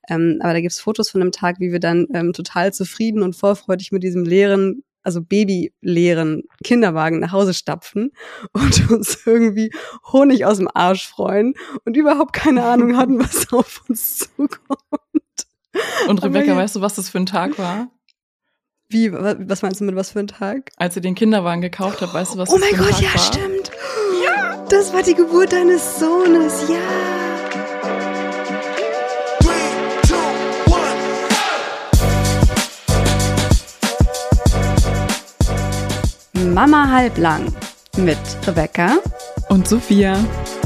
Aber da gibt's Fotos von einem Tag, wie wir dann total zufrieden und vorfreudig mit diesem leeren, also babyleeren Kinderwagen nach Hause stapfen und uns irgendwie Honig aus dem Arsch freuen und überhaupt keine Ahnung hatten, was auf uns zukommt. Und Rebecca, weißt du, was das für ein Tag war? Wie, was meinst du mit was für ein Tag? Als ihr den Kinderwagen gekauft habt, weißt du, was das für ein Tag war? Oh mein Gott, ja, stimmt. Ja, das war die Geburt deines Sohnes, ja. Mama halblang mit Rebecca und Sophia.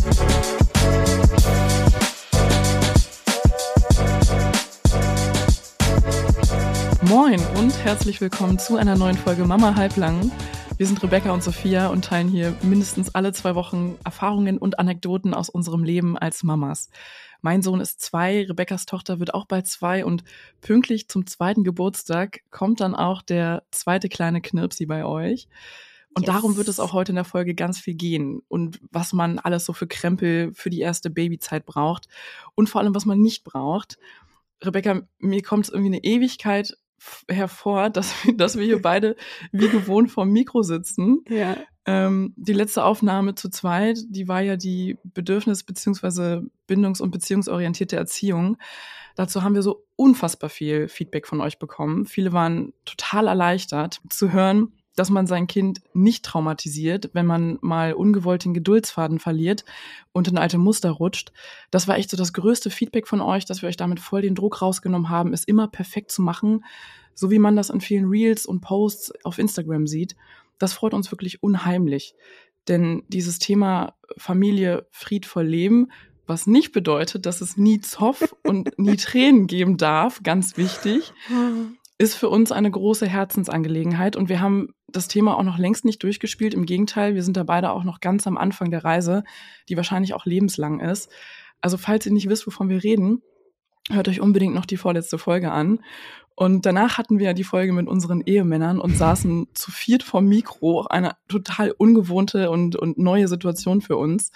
Moin und herzlich willkommen zu einer neuen Folge Mama halblang. Wir sind Rebecca und Sophia und teilen hier mindestens alle 2 Wochen Erfahrungen und Anekdoten aus unserem Leben als Mamas. Mein Sohn ist 2, Rebeccas Tochter wird auch bald 2 und pünktlich zum 2. Geburtstag kommt dann auch der 2. kleine Knirpsi bei euch. Und darum wird es auch heute in der Folge ganz viel gehen und was man alles so für Krempel für die erste Babyzeit braucht und vor allem, was man nicht braucht. Rebecca, mir kommt es irgendwie eine Ewigkeit hervor, dass wir hier beide wie gewohnt vorm Mikro sitzen. Ja. Die letzte Aufnahme zu zweit, die war ja die Bedürfnis- bzw. bindungs- und beziehungsorientierte Erziehung. Dazu haben wir so unfassbar viel Feedback von euch bekommen. Viele waren total erleichtert zu hören, dass man sein Kind nicht traumatisiert, wenn man mal ungewollt den Geduldsfaden verliert und in alte Muster rutscht. Das war echt so das größte Feedback von euch, dass wir euch damit voll den Druck rausgenommen haben, es immer perfekt zu machen, so wie man das in vielen Reels und Posts auf Instagram sieht. Das freut uns wirklich unheimlich, denn dieses Thema Familie friedvoll leben, was nicht bedeutet, dass es nie Zoff und nie Tränen geben darf, ganz wichtig, ist für uns eine große Herzensangelegenheit und wir haben das Thema auch noch längst nicht durchgespielt. Im Gegenteil, wir sind da beide auch noch ganz am Anfang der Reise, die wahrscheinlich auch lebenslang ist. Also falls ihr nicht wisst, wovon wir reden, hört euch unbedingt noch die vorletzte Folge an. Und danach hatten wir die Folge mit unseren Ehemännern und saßen zu 4 vorm Mikro, eine total ungewohnte und neue Situation für uns.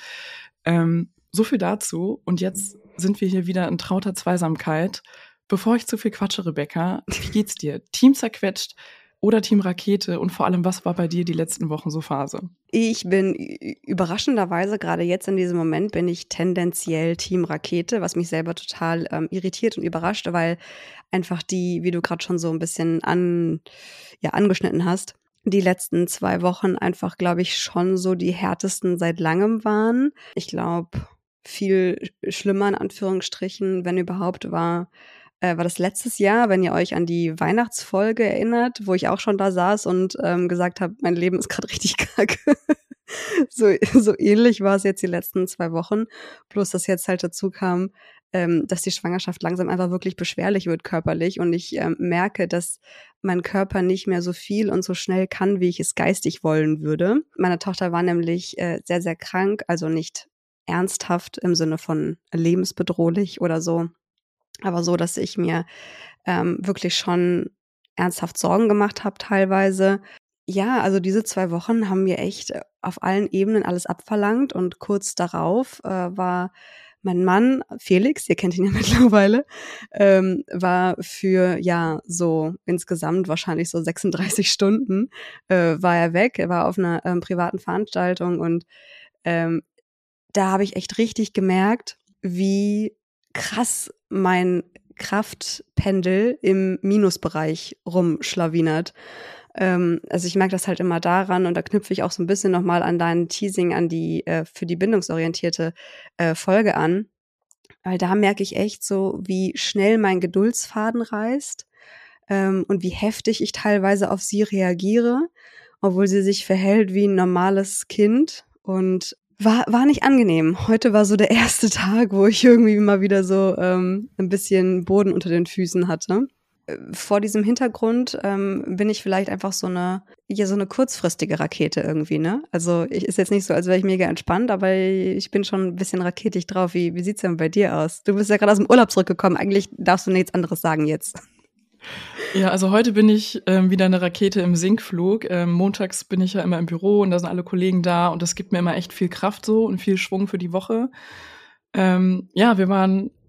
So viel dazu. Und jetzt sind wir hier wieder in trauter Zweisamkeit. Bevor ich zu viel quatsche, Rebecca, wie geht's dir? Team zerquetscht oder Team Rakete? Und vor allem, was war bei dir die letzten Wochen so Phase? Ich bin überraschenderweise, gerade jetzt in diesem Moment, bin ich tendenziell Team Rakete, was mich selber total irritiert und überrascht, weil einfach die, wie du gerade schon so ein bisschen angeschnitten hast, die letzten 2 Wochen einfach, glaube ich, schon so die härtesten seit langem waren. Ich glaube, viel schlimmer in Anführungsstrichen, wenn überhaupt, war das letztes Jahr, wenn ihr euch an die Weihnachtsfolge erinnert, wo ich auch schon da saß und gesagt habe, mein Leben ist gerade richtig kacke. So ähnlich war es jetzt die letzten 2 Wochen. Bloß, dass jetzt halt dazu kam, dass die Schwangerschaft langsam einfach wirklich beschwerlich wird körperlich und ich merke, dass mein Körper nicht mehr so viel und so schnell kann, wie ich es geistig wollen würde. Meine Tochter war nämlich sehr, sehr krank, also nicht ernsthaft im Sinne von lebensbedrohlich oder so, aber so, dass ich mir wirklich schon ernsthaft Sorgen gemacht habe teilweise. Ja, also diese 2 Wochen haben mir echt auf allen Ebenen alles abverlangt und kurz darauf war mein Mann Felix, ihr kennt ihn ja mittlerweile, war für so insgesamt wahrscheinlich so 36 Stunden war er weg. Er war auf einer privaten Veranstaltung und da habe ich echt richtig gemerkt, wie krass mein Kraftpendel im Minusbereich rumschlawinert. Also ich merke das halt immer daran und da knüpfe ich auch so ein bisschen nochmal an deinen Teasing an die für die bindungsorientierte Folge an, weil da merke ich echt so, wie schnell mein Geduldsfaden reißt und wie heftig ich teilweise auf sie reagiere, obwohl sie sich verhält wie ein normales Kind und war nicht angenehm. Heute war so der erste Tag, wo ich irgendwie mal wieder so ein bisschen Boden unter den Füßen hatte. Vor diesem Hintergrund bin ich vielleicht einfach so eine kurzfristige Rakete irgendwie, ne? Also ist jetzt nicht so, als wäre ich mega entspannt, aber ich bin schon ein bisschen raketig drauf. Wie sieht's denn bei dir aus? Du bist ja gerade aus dem Urlaub zurückgekommen. Eigentlich darfst du nichts anderes sagen jetzt. Ja, also heute bin ich wieder eine Rakete im Sinkflug. Montags bin ich ja immer im Büro und da sind alle Kollegen da und das gibt mir immer echt viel Kraft so und viel Schwung für die Woche. Wir waren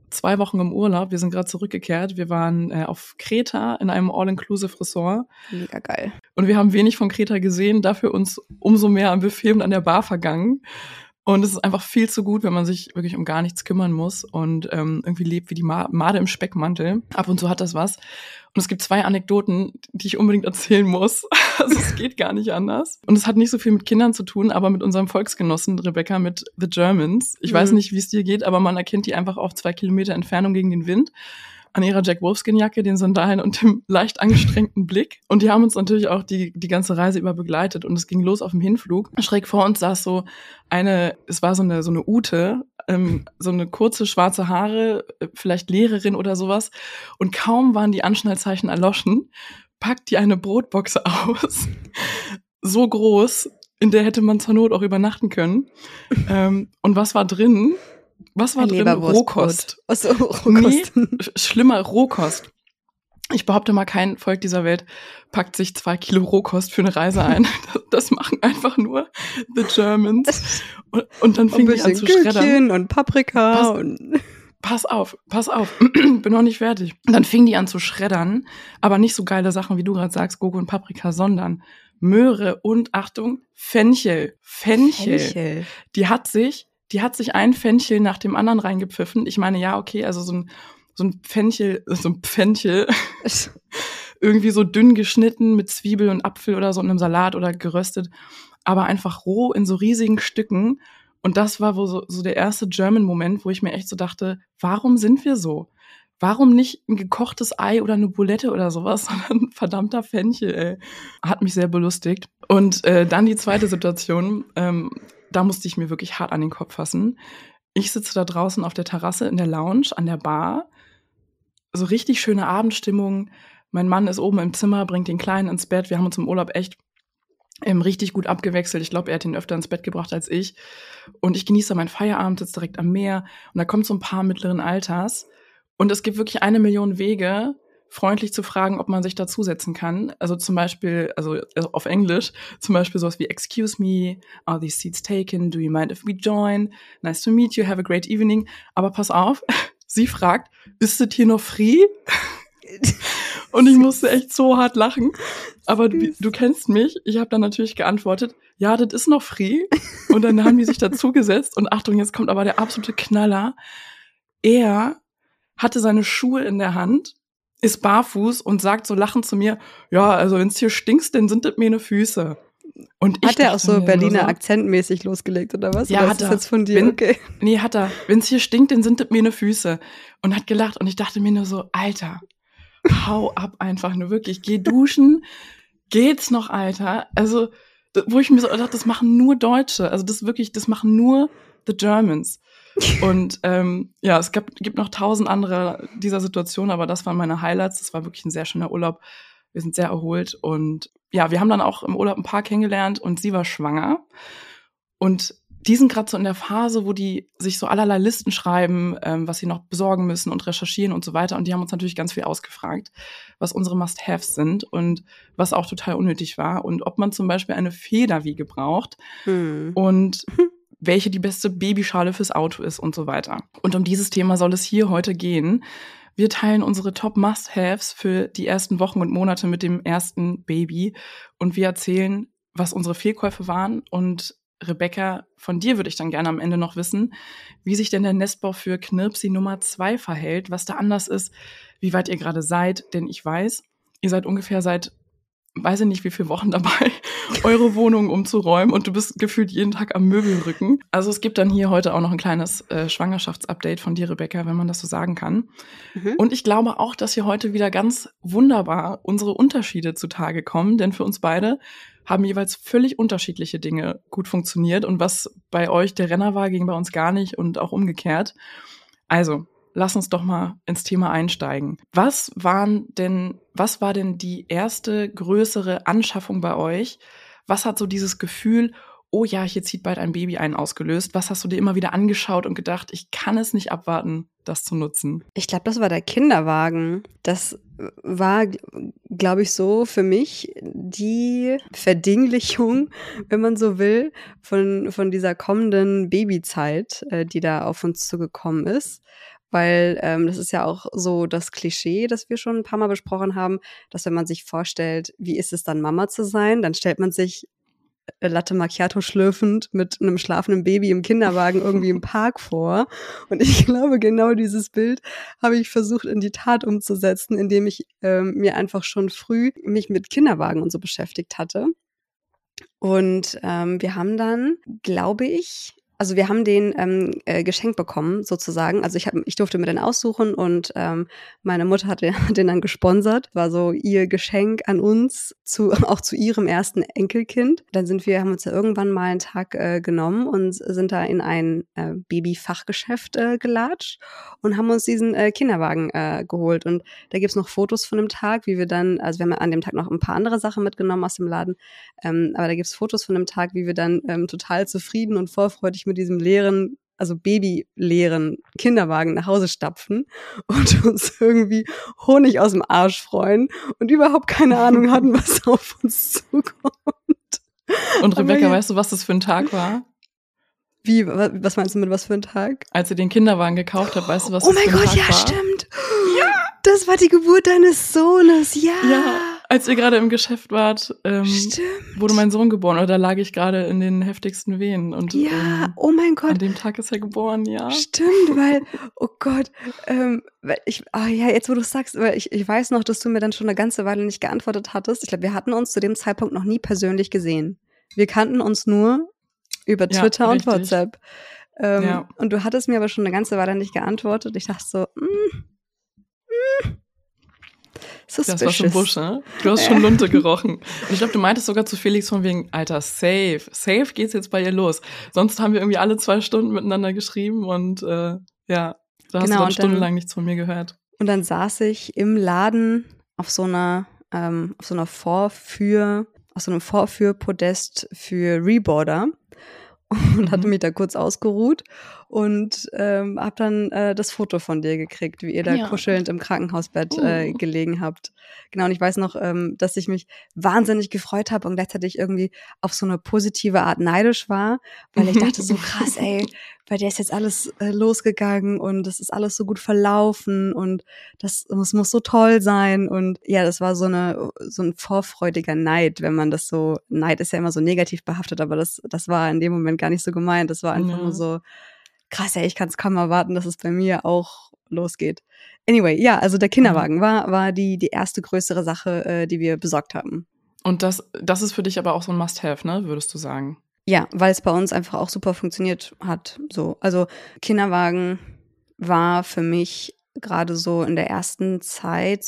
2 Wochen im Urlaub. Wir sind gerade zurückgekehrt. Wir waren auf Kreta in einem All-Inclusive-Ressort. Mega geil. Und wir haben wenig von Kreta gesehen, dafür uns umso mehr am Buffet und an der Bar vergangen. Und es ist einfach viel zu gut, wenn man sich wirklich um gar nichts kümmern muss und irgendwie lebt wie die Made im Speckmantel. Ab und zu hat das was. Und es gibt 2 Anekdoten, die ich unbedingt erzählen muss. Also es geht gar nicht anders. Und es hat nicht so viel mit Kindern zu tun, aber mit unserem Volksgenossen Rebecca, mit The Germans. Ich weiß nicht, wie es dir geht, aber man erkennt die einfach auf 2 Kilometer Entfernung gegen den Wind. An ihrer Jack Wolfskin-Jacke, den Sandalen und dem leicht angestrengten Blick. Und die haben uns natürlich auch die ganze Reise über begleitet. Und es ging los auf dem Hinflug. Schräg vor uns saß es war so eine Ute, so eine kurze schwarze Haare, vielleicht Lehrerin oder sowas. Und kaum waren die Anschnallzeichen erloschen, packt die eine Brotbox aus. So groß, in der hätte man zur Not auch übernachten können. Und was war drin? Was war drin? Rohkost. Achso, Rohkost. Nee, schlimmer, Rohkost. Ich behaupte mal, kein Volk dieser Welt packt sich 2 Kilo Rohkost für eine Reise ein. Das machen einfach nur The Germans. Und dann fing die an zu schreddern. Und Paprika. Pass auf. Bin noch nicht fertig. Und dann fing die an zu schreddern. Aber nicht so geile Sachen, wie du gerade sagst, Gurke und Paprika, sondern Möhre und, Achtung, Fenchel. Die hat sich ein Fenchel nach dem anderen reingepfiffen. Ich meine, ja, okay, also so ein Fenchel, irgendwie so dünn geschnitten mit Zwiebel und Apfel oder so in einem Salat oder geröstet, aber einfach roh in so riesigen Stücken. Und das war wohl so der erste German-Moment, wo ich mir echt so dachte, warum sind wir so? Warum nicht ein gekochtes Ei oder eine Boulette oder sowas, sondern ein verdammter Fenchel, ey. Hat mich sehr belustigt. Und dann die zweite Situation, da musste ich mir wirklich hart an den Kopf fassen. Ich sitze da draußen auf der Terrasse in der Lounge, an der Bar. So richtig schöne Abendstimmung. Mein Mann ist oben im Zimmer, bringt den Kleinen ins Bett. Wir haben uns im Urlaub echt richtig gut abgewechselt. Ich glaube, er hat ihn öfter ins Bett gebracht als ich. Und ich genieße meinen Feierabend, sitze direkt am Meer. Und da kommt so ein Paar mittleren Alters. Und es gibt wirklich 1 Million Wege, freundlich zu fragen, ob man sich dazusetzen kann. Also zum Beispiel, also auf Englisch, zum Beispiel sowas wie "Excuse me, are these seats taken? Do you mind if we join? Nice to meet you, have a great evening." Aber pass auf, sie fragt, "Ist das hier noch free?" Und ich musste echt so hart lachen. Aber du kennst mich. Ich habe dann natürlich geantwortet, ja, das ist noch free. Und dann haben die sich dazugesetzt. Und Achtung, jetzt kommt aber der absolute Knaller. Er hatte seine Schuhe in der Hand, ist barfuß und sagt so lachend zu mir, ja, also wenn's hier stinkst, dann sind das meine Füße. Und hat er auch so Berliner akzentmäßig losgelegt, oder was? Ja, oder hat ist das er. jetzt von dir? Okay. Nee, hat er. Wenn's hier stinkt, dann sind das meine Füße. Und hat gelacht. Und ich dachte mir nur so, Alter, hau ab einfach nur wirklich. Geh duschen. Geht's noch, Alter? Also, wo ich mir so dachte, das machen nur Deutsche. Also das machen nur The Germans. Und ja, es gibt noch 1000 andere dieser Situationen, aber das waren meine Highlights. Das war wirklich ein sehr schöner Urlaub. Wir sind sehr erholt und ja, wir haben dann auch im Urlaub ein Paar kennengelernt und sie war schwanger. Und die sind gerade so in der Phase, wo die sich so allerlei Listen schreiben, was sie noch besorgen müssen und recherchieren und so weiter. Und die haben uns natürlich ganz viel ausgefragt, was unsere Must-Haves sind und was auch total unnötig war. Und ob man zum Beispiel eine Federwiege braucht und welche die beste Babyschale fürs Auto ist und so weiter. Und um dieses Thema soll es hier heute gehen. Wir teilen unsere Top-Must-Haves für die ersten Wochen und Monate mit dem ersten Baby. Und wir erzählen, was unsere Fehlkäufe waren. Und Rebecca, von dir würde ich dann gerne am Ende noch wissen, wie sich denn der Nestbau für Knirpsi Nummer 2 verhält, was da anders ist, wie weit ihr gerade seid. Denn ich weiß, ihr seid ungefähr seit weiß ich nicht, wie viele Wochen dabei, eure Wohnung umzuräumen und du bist gefühlt jeden Tag am Möbelrücken. Also es gibt dann hier heute auch noch ein kleines Schwangerschaftsupdate von dir, Rebecca, wenn man das so sagen kann. Und ich glaube auch, dass hier heute wieder ganz wunderbar unsere Unterschiede zutage kommen, denn für uns beide haben jeweils völlig unterschiedliche Dinge gut funktioniert und was bei euch der Renner war, ging bei uns gar nicht und auch umgekehrt. Also, lass uns doch mal ins Thema einsteigen. Was war denn die erste größere Anschaffung bei euch? Was hat so dieses Gefühl, oh ja, hier zieht bald ein Baby ein, ausgelöst? Was hast du dir immer wieder angeschaut und gedacht, ich kann es nicht abwarten, das zu nutzen? Ich glaube, das war der Kinderwagen. Das war, glaube ich, so für mich die Verdinglichung, wenn man so will, von dieser kommenden Babyzeit, die da auf uns zugekommen ist. weil das ist ja auch so das Klischee, das wir schon ein paar Mal besprochen haben, dass wenn man sich vorstellt, wie ist es dann Mama zu sein, dann stellt man sich Latte Macchiato schlürfend mit einem schlafenden Baby im Kinderwagen irgendwie im Park vor. Und ich glaube, genau dieses Bild habe ich versucht in die Tat umzusetzen, indem ich mir einfach schon früh mich mit Kinderwagen und so beschäftigt hatte. Und wir haben dann, glaube ich, also wir haben den geschenkt bekommen sozusagen. Also ich durfte mir den aussuchen und meine Mutter hat den dann gesponsert. War so ihr Geschenk an uns, auch zu ihrem ersten Enkelkind. Dann haben uns ja irgendwann mal einen Tag genommen und sind da in ein Babyfachgeschäft gelatscht und haben uns diesen Kinderwagen geholt. Und da gibt's noch Fotos von dem Tag, wie wir dann, also wir haben an dem Tag noch ein paar andere Sachen mitgenommen aus dem Laden, aber da gibt's Fotos von dem Tag, wie wir dann total zufrieden und vorfreudig mit diesem leeren, also babyleeren Kinderwagen nach Hause stapfen und uns irgendwie Honig aus dem Arsch freuen und überhaupt keine Ahnung hatten, was auf uns zukommt. Und Rebecca, weißt du, was das für ein Tag war? Wie, was meinst du mit was für ein Tag? Als ihr den Kinderwagen gekauft habt, weißt du, was das für ein Tag war? Oh mein Gott, ja, stimmt. Ja. Das war die Geburt deines Sohnes, ja. Ja, als ihr gerade im Geschäft wart, wurde mein Sohn geboren. Oder da lag ich gerade in den heftigsten Wehen. Und, ja, oh mein Gott. An dem Tag ist er geboren, ja. Stimmt, weil, oh Gott, jetzt wo du es sagst, weil ich weiß noch, dass du mir dann schon eine ganze Weile nicht geantwortet hattest. Ich glaube, wir hatten uns zu dem Zeitpunkt noch nie persönlich gesehen. Wir kannten uns nur über Twitter und WhatsApp. Und du hattest mir aber schon eine ganze Weile nicht geantwortet. Ich dachte so, suspicious. Das war schon Busch, ne? Du hast schon Lunte gerochen. Und ich glaube, du meintest sogar zu Felix von wegen, Alter, safe geht's jetzt bei ihr los. Sonst haben wir irgendwie alle 2 Stunden miteinander geschrieben und da hast du dann stundenlang nichts von mir gehört. Und dann saß ich im Laden auf so einem Vorführpodest für Reboarder und hatte mich da kurz ausgeruht und habe dann das Foto von dir gekriegt, wie ihr da kuschelnd im Krankenhausbett gelegen habt. Genau, und ich weiß noch, dass ich mich wahnsinnig gefreut habe und gleichzeitig irgendwie auf so eine positive Art neidisch war, weil ich dachte so krass, ey, bei der ist jetzt alles losgegangen und das ist alles so gut verlaufen und das muss so toll sein und ja, das war so ein vorfreudiger Neid, wenn man das so, Neid ist ja immer so negativ behaftet, aber das war in dem Moment gar nicht so gemeint, das war einfach nur so, krass, ey, ich kann es kaum erwarten, dass es bei mir auch losgeht. Anyway, ja, also der Kinderwagen war die erste größere Sache, die wir besorgt haben. Und das ist für dich aber auch so ein Must-have, ne, würdest du sagen? Ja, weil es bei uns einfach auch super funktioniert hat. So, also Kinderwagen war für mich gerade so in der ersten Zeit,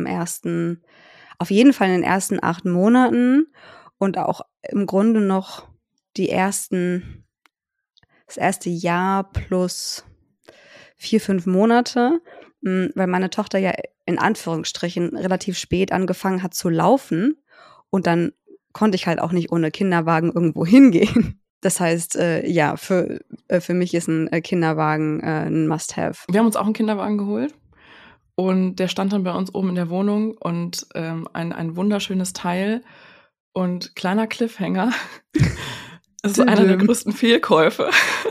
auf jeden Fall in den ersten 8 Monaten und auch im Grunde noch das erste Jahr plus 4, 5 Monate, weil meine Tochter ja in Anführungsstrichen relativ spät angefangen hat zu laufen und dann konnte ich halt auch nicht ohne Kinderwagen irgendwo hingehen. Das heißt, für mich ist ein Kinderwagen ein Must-have. Wir haben uns auch einen Kinderwagen geholt und der stand dann bei uns oben in der Wohnung und ein wunderschönes Teil und kleiner Cliffhanger. Das ist einer der größten Fehlkäufe.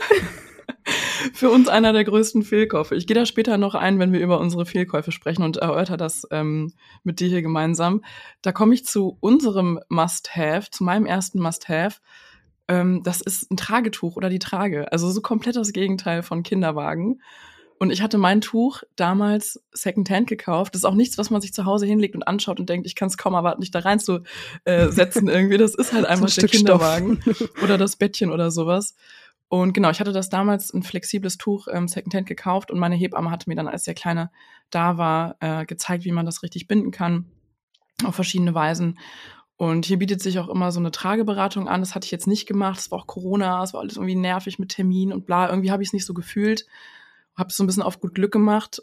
Für uns einer der größten Fehlkäufe. Ich gehe da später noch ein, wenn wir über unsere Fehlkäufe sprechen und erörter das mit dir hier gemeinsam. Da komme ich zu unserem Must-Have, zu meinem ersten Must-Have. Das ist ein Tragetuch oder die Trage. Also so komplett das Gegenteil von Kinderwagen. Und ich hatte mein Tuch damals Secondhand gekauft. Das ist auch nichts, was man sich zu Hause hinlegt und anschaut und denkt, ich kann es kaum erwarten, dich da reinzusetzen irgendwie. Das ist halt einfach der Kinderwagen oder das Bettchen oder sowas. Und genau, ich hatte das damals ein flexibles Tuch Secondhand gekauft und meine Hebamme hatte mir dann, als der Kleine da war, gezeigt, wie man das richtig binden kann, auf verschiedene Weisen. Und hier bietet sich auch immer so eine Trageberatung an. Das hatte ich jetzt nicht gemacht. Es war auch Corona, es war alles irgendwie nervig mit Termin und bla. Irgendwie habe ich es nicht so gefühlt. Habe es so ein bisschen auf gut Glück gemacht.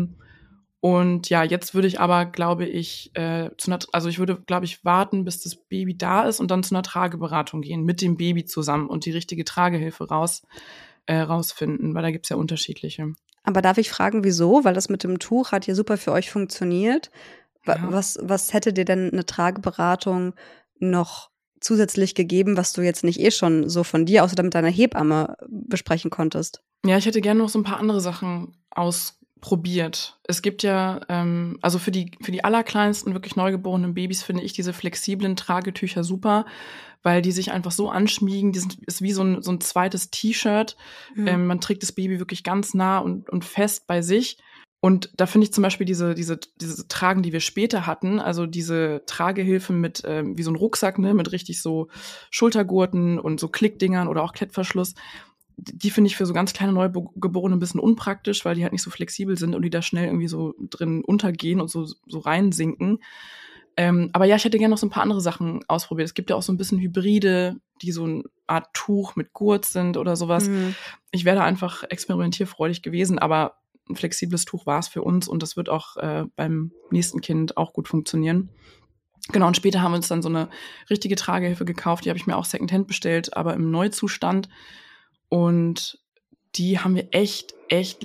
Und ja, jetzt würde ich aber, glaube ich, ich würde, glaube ich, warten, bis das Baby da ist und dann zu einer Trageberatung gehen, mit dem Baby zusammen und die richtige Tragehilfe rausfinden, weil da gibt's ja unterschiedliche. Aber darf ich fragen, wieso? Weil das mit dem Tuch hat ja super für euch funktioniert. Ja. Was hätte dir denn eine Trageberatung noch zusätzlich gegeben, was du jetzt nicht schon so von dir aus oder mit deiner Hebamme besprechen konntest? Ja, ich hätte gerne noch so ein paar andere Sachen probiert. Es gibt ja, also für die allerkleinsten, wirklich neugeborenen Babys finde ich diese flexiblen Tragetücher super, weil die sich einfach so anschmiegen. Ist wie so ein zweites T-Shirt. Man trägt das Baby wirklich ganz nah und fest bei sich. Und da finde ich zum Beispiel diese Tragen, die wir später hatten, also diese Tragehilfen mit wie so ein Rucksack, ne, mit richtig so Schultergurten und so Klickdingern oder auch Klettverschluss, die finde ich für so ganz kleine Neugeborene ein bisschen unpraktisch, weil die halt nicht so flexibel sind und die da schnell irgendwie so drin untergehen und so reinsinken. Aber ja, ich hätte gerne noch so ein paar andere Sachen ausprobiert. Es gibt ja auch so ein bisschen Hybride, die so eine Art Tuch mit Gurt sind oder sowas. Ich wäre da einfach experimentierfreudig gewesen, aber ein flexibles Tuch war es für uns und das wird auch beim nächsten Kind auch gut funktionieren. Genau, und später haben wir uns dann so eine richtige Tragehilfe gekauft. Die habe ich mir auch Secondhand bestellt, aber im Neuzustand. Und die haben wir echt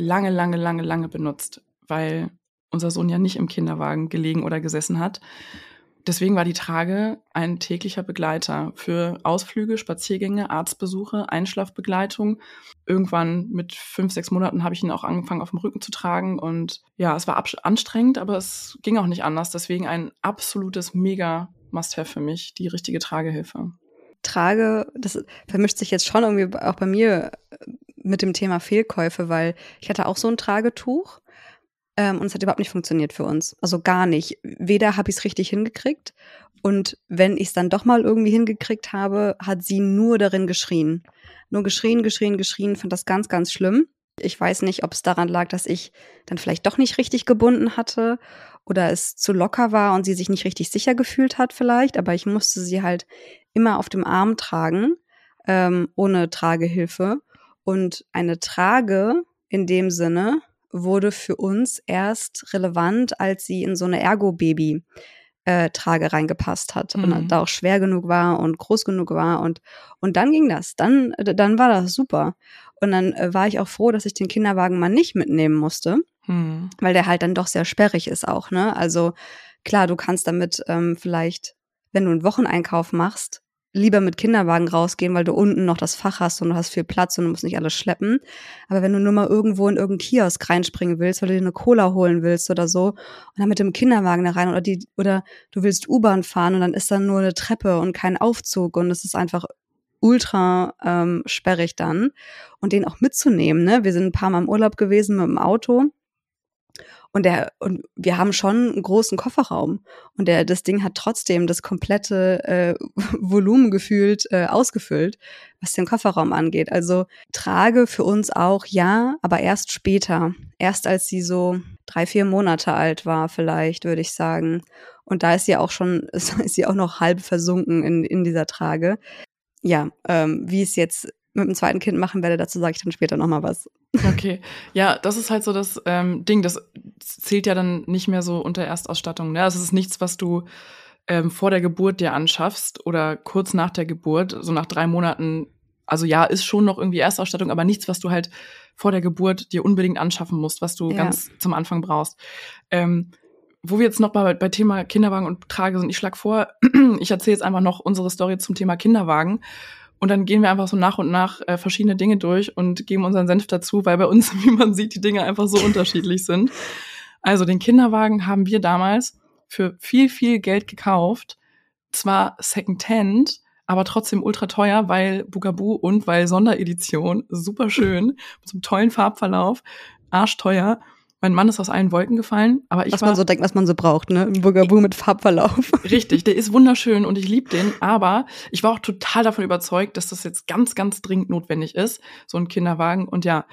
lange benutzt, weil unser Sohn ja nicht im Kinderwagen gelegen oder gesessen hat. Deswegen war die Trage ein täglicher Begleiter für Ausflüge, Spaziergänge, Arztbesuche, Einschlafbegleitung. Irgendwann mit 5, 6 Monaten habe ich ihn auch angefangen, auf dem Rücken zu tragen. Und ja, es war anstrengend, aber es ging auch nicht anders. Deswegen ein absolutes Mega-Must-Have für mich, die richtige Tragehilfe. Trage, das vermischt sich jetzt schon irgendwie auch bei mir mit dem Thema Fehlkäufe, weil ich hatte auch so ein Tragetuch und es hat überhaupt nicht funktioniert für uns. Also gar nicht. Weder habe ich es richtig hingekriegt und wenn ich es dann doch mal irgendwie hingekriegt habe, hat sie nur darin geschrien. Nur geschrien, fand das ganz schlimm. Ich weiß nicht, ob es daran lag, dass ich dann vielleicht doch nicht richtig gebunden hatte oder es zu locker war und sie sich nicht richtig sicher gefühlt hat vielleicht, aber ich musste sie halt immer auf dem Arm tragen, ohne Tragehilfe. Und eine Trage in dem Sinne wurde für uns erst relevant, als sie in so eine Ergo-Baby-Trage reingepasst hat und da auch schwer genug war und groß genug war und dann ging das. Dann war das super. Und dann war ich auch froh, dass ich den Kinderwagen mal nicht mitnehmen musste, weil der halt dann doch sehr sperrig ist auch, ne? Also klar, du kannst damit vielleicht, wenn du einen Wocheneinkauf machst, lieber mit Kinderwagen rausgehen, weil du unten noch das Fach hast und du hast viel Platz und du musst nicht alles schleppen. Aber wenn du nur mal irgendwo in irgendeinen Kiosk reinspringen willst, weil du dir eine Cola holen willst oder so und dann mit dem Kinderwagen da rein oder du willst U-Bahn fahren und dann ist da nur eine Treppe und kein Aufzug und es ist einfach ultra sperrig dann. Und den auch mitzunehmen, ne? Wir sind ein paar Mal im Urlaub gewesen mit dem Auto. Und wir haben schon einen großen Kofferraum. Und das Ding hat trotzdem das komplette Volumen gefühlt ausgefüllt, was den Kofferraum angeht. Also Trage für uns auch, ja, aber erst später. Erst als sie so 3, 4 Monate alt war vielleicht, würde ich sagen. Und da ist sie auch noch halb versunken in dieser Trage. Ja, wie es jetzt mit dem zweiten Kind machen werde, dazu sage ich dann später nochmal was. Okay, ja, das ist halt so das Ding, das zählt ja dann nicht mehr so unter Erstausstattung. Ne? Also es ist nichts, was du vor der Geburt dir anschaffst oder kurz nach der Geburt, so nach 3 Monaten. Also ja, ist schon noch irgendwie Erstausstattung, aber nichts, was du halt vor der Geburt dir unbedingt anschaffen musst, was du ganz zum Anfang brauchst. Wo wir jetzt noch bei Thema Kinderwagen und Trage sind, ich schlage vor, ich erzähle jetzt einfach noch unsere Story zum Thema Kinderwagen. Und dann gehen wir einfach so nach und nach verschiedene Dinge durch und geben unseren Senf dazu, weil bei uns, wie man sieht, die Dinge einfach so unterschiedlich sind. Also den Kinderwagen haben wir damals für viel Geld gekauft. Zwar Secondhand, aber trotzdem ultra teuer, weil Bugaboo und weil Sonderedition, super schön, mit so einem tollen Farbverlauf, arschteuer. Mein Mann ist aus allen Wolken gefallen, aber was man so denkt, was man so braucht, ne? Ein Bugaboo mit Farbverlauf. Richtig, der ist wunderschön und ich liebe den, aber ich war auch total davon überzeugt, dass das jetzt ganz dringend notwendig ist, so ein Kinderwagen. Und ja,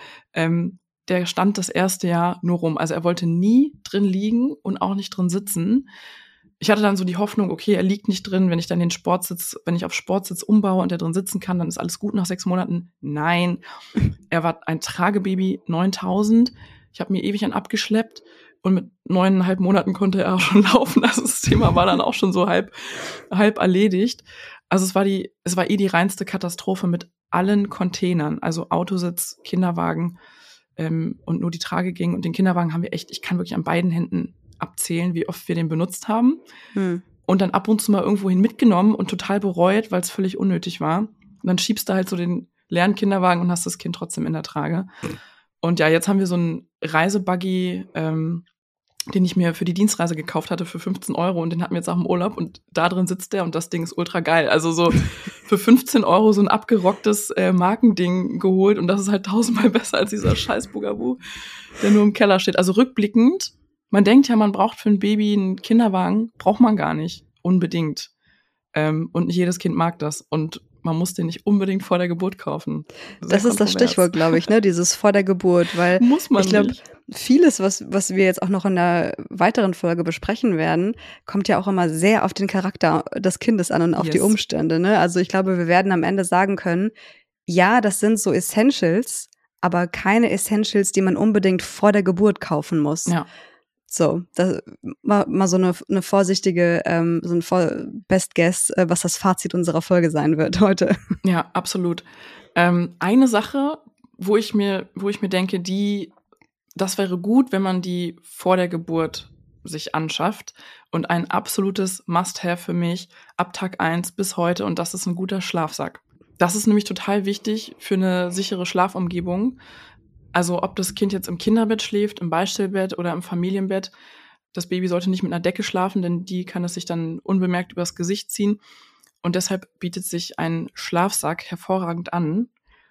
der stand das erste Jahr nur rum. Also er wollte nie drin liegen und auch nicht drin sitzen. Ich hatte dann so die Hoffnung, okay, er liegt nicht drin, wenn ich dann wenn ich auf Sportsitz umbaue und der drin sitzen kann, dann ist alles gut nach 6 Monaten. Nein, er war ein Tragebaby 9000. Ich habe mir ewig abgeschleppt und mit 9,5 Monaten konnte er auch schon laufen. Also das Thema war dann auch schon so halb erledigt. Also es war die reinste Katastrophe mit allen Containern, also Autositz, Kinderwagen und nur die Trage ging. Und den Kinderwagen haben wir ich kann wirklich an beiden Händen abzählen, wie oft wir den benutzt haben. Und dann ab und zu mal irgendwohin mitgenommen und total bereut, weil es völlig unnötig war. Und dann schiebst du halt so den leeren Kinderwagen und hast das Kind trotzdem in der Trage. Und ja, jetzt haben wir so einen Reisebuggy, den ich mir für die Dienstreise gekauft hatte für 15 € und den hatten wir jetzt auch im Urlaub und da drin sitzt der und das Ding ist ultra geil. Also so für 15 € so ein abgerocktes Markending geholt und das ist halt 1000-mal besser als dieser scheiß Bugaboo, der nur im Keller steht. Also rückblickend, man denkt ja, man braucht für ein Baby einen Kinderwagen, braucht man gar nicht, unbedingt. Und nicht jedes Kind mag das und man muss den nicht unbedingt vor der Geburt kaufen. Das ist das Stichwort, glaube ich, ne? Dieses vor der Geburt, weil muss man ich glaube, nicht. Vieles, was wir jetzt auch noch in der weiteren Folge besprechen werden, kommt ja auch immer sehr auf den Charakter des Kindes an und auf die Umstände, ne? Also ich glaube, wir werden am Ende sagen können, ja, das sind so Essentials, aber keine Essentials, die man unbedingt vor der Geburt kaufen muss. Ja. So, das mal so eine vorsichtige, so ein Best Guess, was das Fazit unserer Folge sein wird heute. Ja, absolut. Eine Sache, wo ich mir denke, das wäre gut, wenn man die vor der Geburt sich anschafft und ein absolutes Must-have für mich ab Tag 1 bis heute und das ist ein guter Schlafsack. Das ist nämlich total wichtig für eine sichere Schlafumgebung. Also ob das Kind jetzt im Kinderbett schläft, im Beistellbett oder im Familienbett, das Baby sollte nicht mit einer Decke schlafen, denn die kann es sich dann unbemerkt übers Gesicht ziehen. Und deshalb bietet sich ein Schlafsack hervorragend an.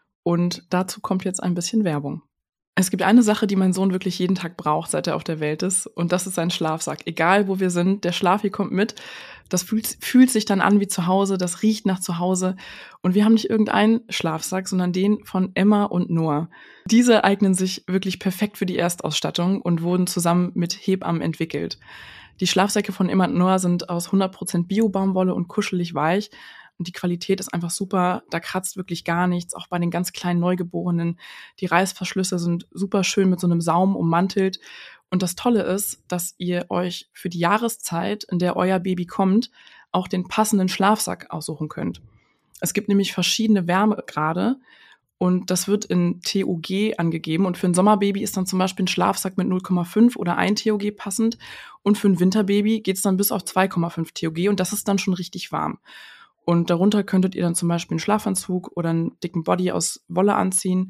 Und dazu kommt jetzt ein bisschen Werbung. Es gibt eine Sache, die mein Sohn wirklich jeden Tag braucht, seit er auf der Welt ist. Und das ist sein Schlafsack. Egal, wo wir sind, der Schlafi kommt mit. Das fühlt sich dann an wie zu Hause. Das riecht nach zu Hause. Und wir haben nicht irgendeinen Schlafsack, sondern den von Emma und Noah. Diese eignen sich wirklich perfekt für die Erstausstattung und wurden zusammen mit Hebammen entwickelt. Die Schlafsäcke von Emma und Noah sind aus 100% Bio-Baumwolle und kuschelig weich. Und die Qualität ist einfach super, da kratzt wirklich gar nichts, auch bei den ganz kleinen Neugeborenen. Die Reißverschlüsse sind super schön mit so einem Saum ummantelt. Und das Tolle ist, dass ihr euch für die Jahreszeit, in der euer Baby kommt, auch den passenden Schlafsack aussuchen könnt. Es gibt nämlich verschiedene Wärmegrade und das wird in TOG angegeben. Und für ein Sommerbaby ist dann zum Beispiel ein Schlafsack mit 0,5 oder 1 TOG passend. Und für ein Winterbaby geht es dann bis auf 2,5 TOG und das ist dann schon richtig warm. Und darunter könntet ihr dann zum Beispiel einen Schlafanzug oder einen dicken Body aus Wolle anziehen.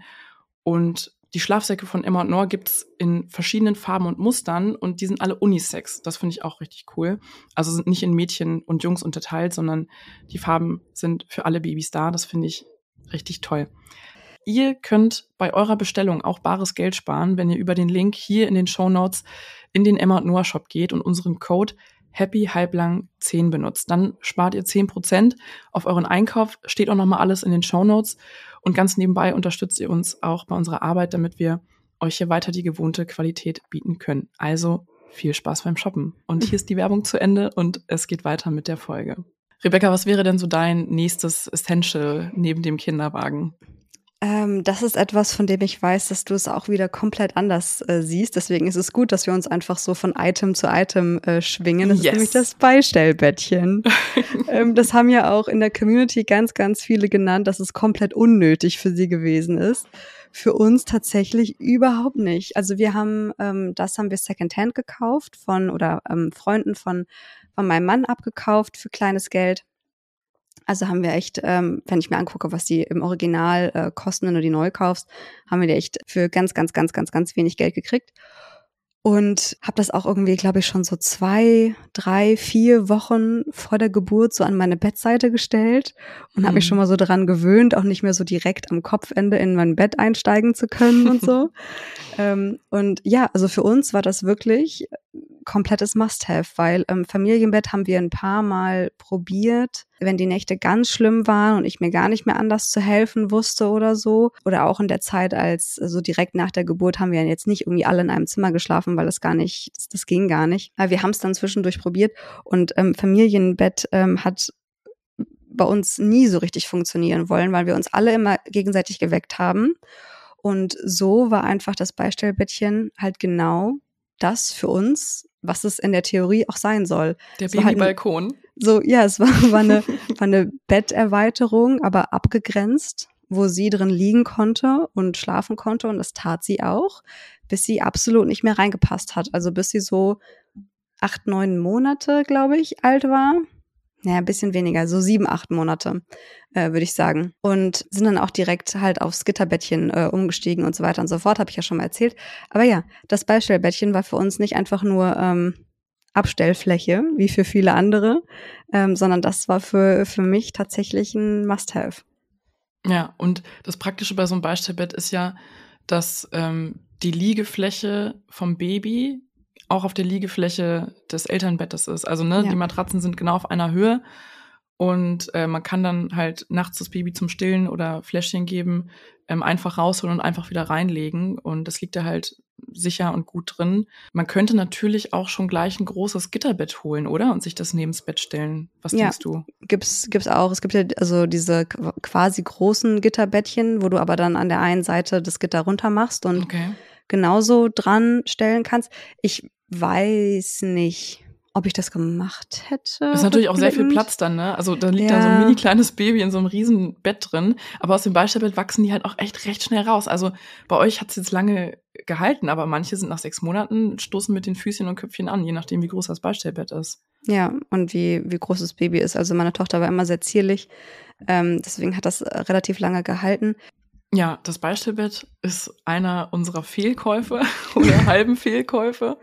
Und die Schlafsäcke von Emma und Noah gibt's in verschiedenen Farben und Mustern und die sind alle Unisex. Das finde ich auch richtig cool. Also sind nicht in Mädchen und Jungs unterteilt, sondern die Farben sind für alle Babys da. Das finde ich richtig toll. Ihr könnt bei eurer Bestellung auch bares Geld sparen, wenn ihr über den Link hier in den Shownotes in den Emma und Noah Shop geht und unseren Code happyhalblang10 benutzt. Dann spart ihr 10% auf euren Einkauf, steht auch nochmal alles in den Shownotes und ganz nebenbei unterstützt ihr uns auch bei unserer Arbeit, damit wir euch hier weiter die gewohnte Qualität bieten können. Also viel Spaß beim Shoppen. Und hier ist die Werbung zu Ende und es geht weiter mit der Folge. Rebecca, was wäre denn so dein nächstes Essential neben dem Kinderwagen? Das ist etwas, von dem ich weiß, dass du es auch wieder komplett anders siehst. Deswegen ist es gut, dass wir uns einfach so von Item zu Item schwingen. Das ist nämlich das Beistellbettchen. Das haben ja auch in der Community ganz, ganz viele genannt, dass es komplett unnötig für sie gewesen ist. Für uns tatsächlich überhaupt nicht. Also wir haben, das haben wir Secondhand gekauft oder Freunden von meinem Mann abgekauft für kleines Geld. Also haben wir echt, wenn ich mir angucke, was die im Original kosten, wenn du die neu kaufst, haben wir die echt für ganz, ganz, ganz, ganz, ganz wenig Geld gekriegt. Und habe das auch irgendwie, glaube ich, schon so 2, 3, 4 Wochen vor der Geburt so an meine Bettseite gestellt und habe mich schon mal so daran gewöhnt, auch nicht mehr so direkt am Kopfende in mein Bett einsteigen zu können und so. Und ja, also für uns war das wirklich komplettes Must-have, weil Familienbett haben wir ein paar Mal probiert, wenn die Nächte ganz schlimm waren und ich mir gar nicht mehr anders zu helfen wusste oder so. Oder auch in der Zeit, als so direkt nach der Geburt haben wir jetzt nicht irgendwie alle in einem Zimmer geschlafen, weil das ging gar nicht. Aber wir haben es dann zwischendurch probiert und Familienbett hat bei uns nie so richtig funktionieren wollen, weil wir uns alle immer gegenseitig geweckt haben. Und so war einfach das Beistellbettchen halt genau das für uns, was es in der Theorie auch sein soll. Der Babybalkon. Es war eine Betterweiterung, aber abgegrenzt, wo sie drin liegen konnte und schlafen konnte. Und das tat sie auch, bis sie absolut nicht mehr reingepasst hat. Also bis sie so 8, 9 Monate, glaube ich, alt war. naja, ein bisschen weniger, so 7, 8 Monate, würde ich sagen. Und sind dann auch direkt halt aufs Gitterbettchen umgestiegen und so weiter und so fort, habe ich ja schon mal erzählt. Aber ja, das Beistellbettchen war für uns nicht einfach nur Abstellfläche, wie für viele andere, sondern das war für mich tatsächlich ein Must-have. Ja, und das Praktische bei so einem Beistellbett ist ja, dass die Liegefläche vom Baby auch auf der Liegefläche des Elternbettes ist. Also Ja. die Matratzen sind genau auf einer Höhe und man kann dann halt nachts das Baby zum Stillen oder Fläschchen geben, einfach rausholen und einfach wieder reinlegen und das liegt da halt sicher und gut drin. Man könnte natürlich auch schon gleich ein großes Gitterbett holen, oder? Und sich das neben's Bett stellen. Was denkst du? Gibt's auch. Es gibt ja also diese quasi großen Gitterbettchen, wo du aber dann an der einen Seite das Gitter runter machst und genauso dran stellen kannst. Ich weiß nicht, ob ich das gemacht hätte. Das ist natürlich auch sehr viel Platz dann, ne? Also da liegt dann so ein mini kleines Baby in so einem riesen Bett drin. Aber aus dem Beistellbett wachsen die halt auch echt recht schnell raus. Also bei euch hat es jetzt lange gehalten, aber manche sind nach 6 Monaten, stoßen mit den Füßchen und Köpfchen an, je nachdem, wie groß das Beistellbett ist. Ja, und wie groß das Baby ist. Also meine Tochter war immer sehr zierlich. Deswegen hat das relativ lange gehalten. Ja, das Beistellbett ist einer unserer Fehlkäufe oder halben Fehlkäufe.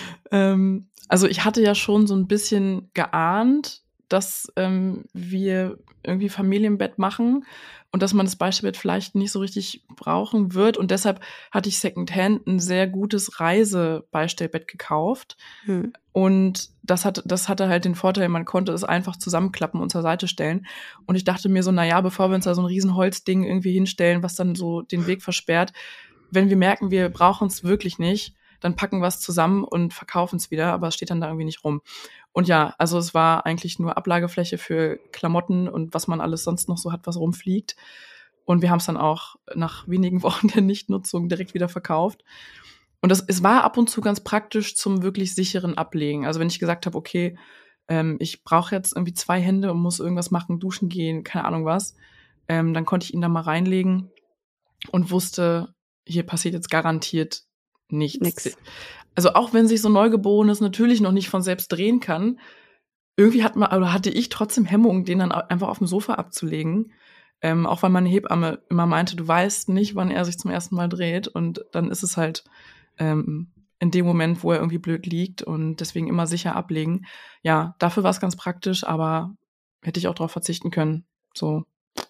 Also ich hatte ja schon so ein bisschen geahnt, dass wir irgendwie Familienbett machen und dass man das Beistellbett vielleicht nicht so richtig brauchen wird. Und deshalb hatte ich Secondhand ein sehr gutes Reisebeistellbett gekauft. Und das hatte halt den Vorteil, man konnte es einfach zusammenklappen und zur Seite stellen. Und ich dachte mir so, naja, bevor wir uns da so ein riesen Holzding irgendwie hinstellen, was dann so den Weg versperrt, wenn wir merken, wir brauchen es wirklich nicht, dann packen wir es zusammen und verkaufen es wieder, aber es steht dann da irgendwie nicht rum. Und ja, also es war eigentlich nur Ablagefläche für Klamotten und was man alles sonst noch so hat, was rumfliegt. Und wir haben es dann auch nach wenigen Wochen der Nichtnutzung direkt wieder verkauft. Und es war ab und zu ganz praktisch zum wirklich sicheren Ablegen. Also wenn ich gesagt habe, okay, ich brauche jetzt irgendwie 2 Hände und muss irgendwas machen, duschen gehen, keine Ahnung was, dann konnte ich ihn da mal reinlegen und wusste, hier passiert jetzt garantiert nichts. Also auch wenn sich so Neugeborenes natürlich noch nicht von selbst drehen kann, irgendwie hatte ich trotzdem Hemmung, den dann einfach auf dem Sofa abzulegen. Auch weil meine Hebamme immer meinte, du weißt nicht, wann er sich zum ersten Mal dreht. Und dann ist es halt in dem Moment, wo er irgendwie blöd liegt und deswegen immer sicher ablegen. Ja, dafür war es ganz praktisch, aber hätte ich auch darauf verzichten können. So,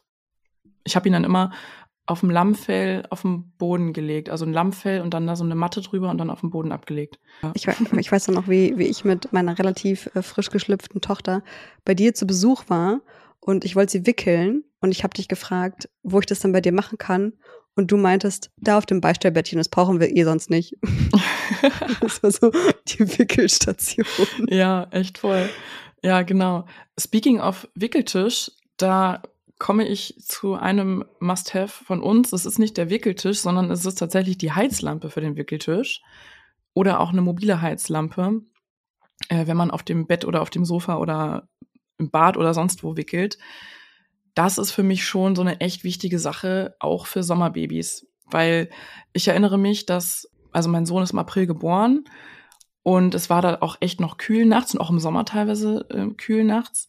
ich habe ihn dann immer auf dem Lammfell auf den Boden gelegt. Also ein Lammfell und dann da so eine Matte drüber und dann auf den Boden abgelegt. Ja. Ich weiß noch, wie ich mit meiner relativ frisch geschlüpften Tochter bei dir zu Besuch war und ich wollte sie wickeln und ich habe dich gefragt, wo ich das dann bei dir machen kann. Und du meintest, da auf dem Beistellbettchen, das brauchen wir sonst nicht. Das war so die Wickelstation. Ja, echt voll. Ja, genau. Speaking of Wickeltisch, da komme ich zu einem Must-Have von uns. Es ist nicht der Wickeltisch, sondern es ist tatsächlich die Heizlampe für den Wickeltisch oder auch eine mobile Heizlampe, wenn man auf dem Bett oder auf dem Sofa oder im Bad oder sonst wo wickelt. Das ist für mich schon so eine echt wichtige Sache, auch für Sommerbabys. Weil ich erinnere mich, also mein Sohn ist im April geboren und es war da auch echt noch kühl nachts und auch im Sommer teilweise kühl nachts.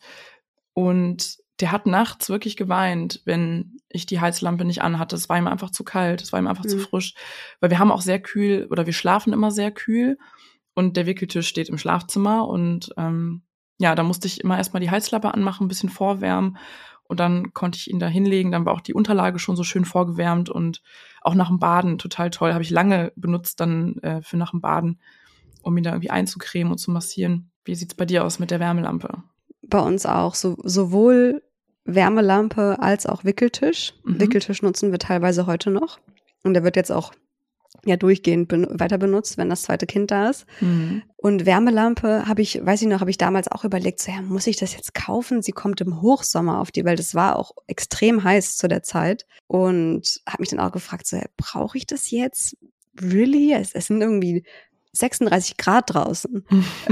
Und der hat nachts wirklich geweint, wenn ich die Heizlampe nicht anhatte. Es war ihm einfach zu kalt, es war ihm einfach zu frisch. Weil wir haben auch sehr kühl, oder wir schlafen immer sehr kühl und der Wickeltisch steht im Schlafzimmer und da musste ich immer erstmal die Heizlampe anmachen, ein bisschen vorwärmen und dann konnte ich ihn da hinlegen. Dann war auch die Unterlage schon so schön vorgewärmt und auch nach dem Baden total toll. Habe ich lange benutzt dann für nach dem Baden, um ihn da irgendwie einzucremen und zu massieren. Wie sieht's bei dir aus mit der Wärmelampe? Bei uns auch. Sowohl Wärmelampe als auch Wickeltisch. Wickeltisch nutzen wir teilweise heute noch. Und der wird jetzt auch durchgehend weiter benutzt, wenn das zweite Kind da ist. Und Wärmelampe habe ich damals auch überlegt, so, ja, muss ich das jetzt kaufen? Sie kommt im Hochsommer auf die Welt. Es war auch extrem heiß zu der Zeit. Und habe mich dann auch gefragt, so, ja, brauche ich das jetzt? Really? Es sind irgendwie 36 Grad draußen.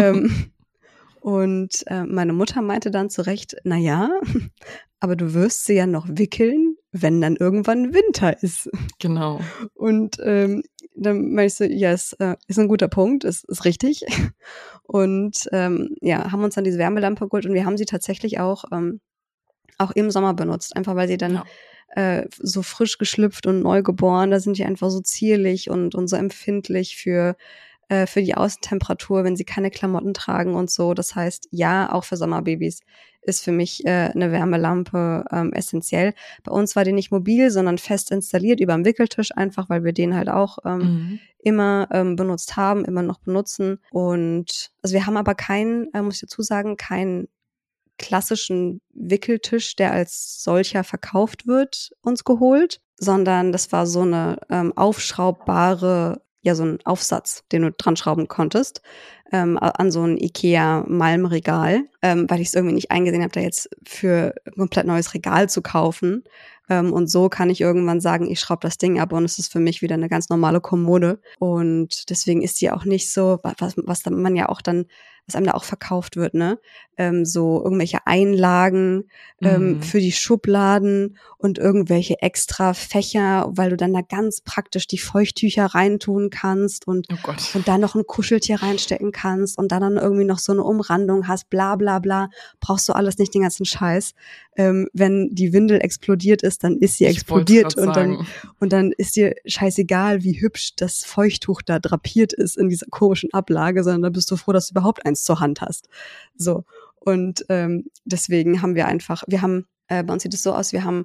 Und meine Mutter meinte dann zu Recht, naja, aber du wirst sie ja noch wickeln, wenn dann irgendwann Winter ist. Genau. Und dann meine ich so, ja, ist ein guter Punkt, ist richtig. Und haben uns dann diese Wärmelampe geholt und wir haben sie tatsächlich auch im Sommer benutzt, einfach weil sie dann so frisch geschlüpft und neugeboren, da sind die einfach so zierlich und so empfindlich für die Außentemperatur, wenn sie keine Klamotten tragen und so. Das heißt, ja, auch für Sommerbabys ist für mich eine Wärmelampe essentiell. Bei uns war die nicht mobil, sondern fest installiert über dem Wickeltisch, einfach weil wir den halt auch immer benutzt haben, immer noch benutzen. Und also wir haben aber muss ich dazu sagen, keinen klassischen Wickeltisch, der als solcher verkauft wird, uns geholt, sondern das war so eine aufschraubbare, so ein Aufsatz, den du dran schrauben konntest, an so ein IKEA-Malmregal, weil ich es irgendwie nicht eingesehen habe, da jetzt für ein komplett neues Regal zu kaufen. Und so kann ich irgendwann sagen, ich schraube das Ding ab und es ist für mich wieder eine ganz normale Kommode. Und deswegen ist die auch nicht so, was man ja auch dann, was einem da auch verkauft wird, ne? So irgendwelche Einlagen für die Schubladen und irgendwelche extra Fächer, weil du dann da ganz praktisch die Feuchttücher reintun kannst und da noch ein Kuscheltier reinstecken kannst und dann irgendwie noch so eine Umrandung hast, bla bla bla. Brauchst du alles nicht, den ganzen Scheiß. Wenn die Windel explodiert ist, dann ist sie explodiert und dann ist dir scheißegal, wie hübsch das Feuchttuch da drapiert ist in dieser komischen Ablage, sondern da bist du froh, dass du überhaupt eins zur Hand hast. So. Und deswegen haben bei uns sieht es so aus, wir haben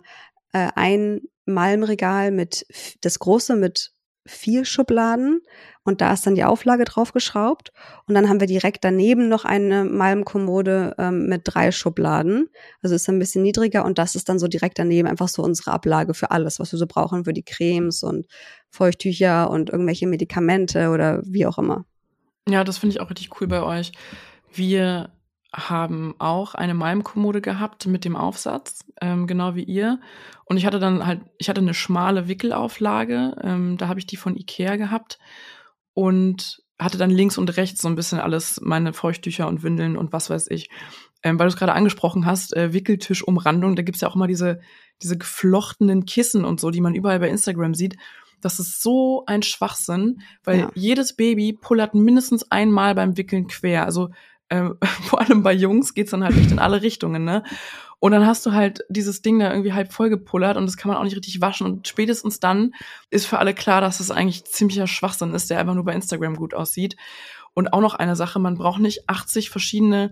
ein Malmregal das große mit 4 Schubladen und da ist dann die Auflage draufgeschraubt und dann haben wir direkt daneben noch eine Malmkommode mit 3 Schubladen, also ist ein bisschen niedriger und das ist dann so direkt daneben einfach so unsere Ablage für alles, was wir so brauchen, für die Cremes und Feuchttücher und irgendwelche Medikamente oder wie auch immer. Ja, das finde ich auch richtig cool bei euch. Wir haben auch eine Malmkommode gehabt mit dem Aufsatz, genau wie ihr. Und ich hatte eine schmale Wickelauflage, da habe ich die von Ikea gehabt und hatte dann links und rechts so ein bisschen alles, meine Feuchttücher und Windeln und was weiß ich. Weil du es gerade angesprochen hast, Wickeltischumrandung, da gibt's ja auch immer diese geflochtenen Kissen und so, die man überall bei Instagram sieht. Das ist so ein Schwachsinn, weil jedes Baby pullert mindestens einmal beim Wickeln quer. Also vor allem bei Jungs geht's dann halt nicht in alle Richtungen, ne? Und dann hast du halt dieses Ding da irgendwie halb voll gepullert und das kann man auch nicht richtig waschen. Und spätestens dann ist für alle klar, dass das eigentlich ziemlicher Schwachsinn ist, der einfach nur bei Instagram gut aussieht. Und auch noch eine Sache, man braucht nicht 80 verschiedene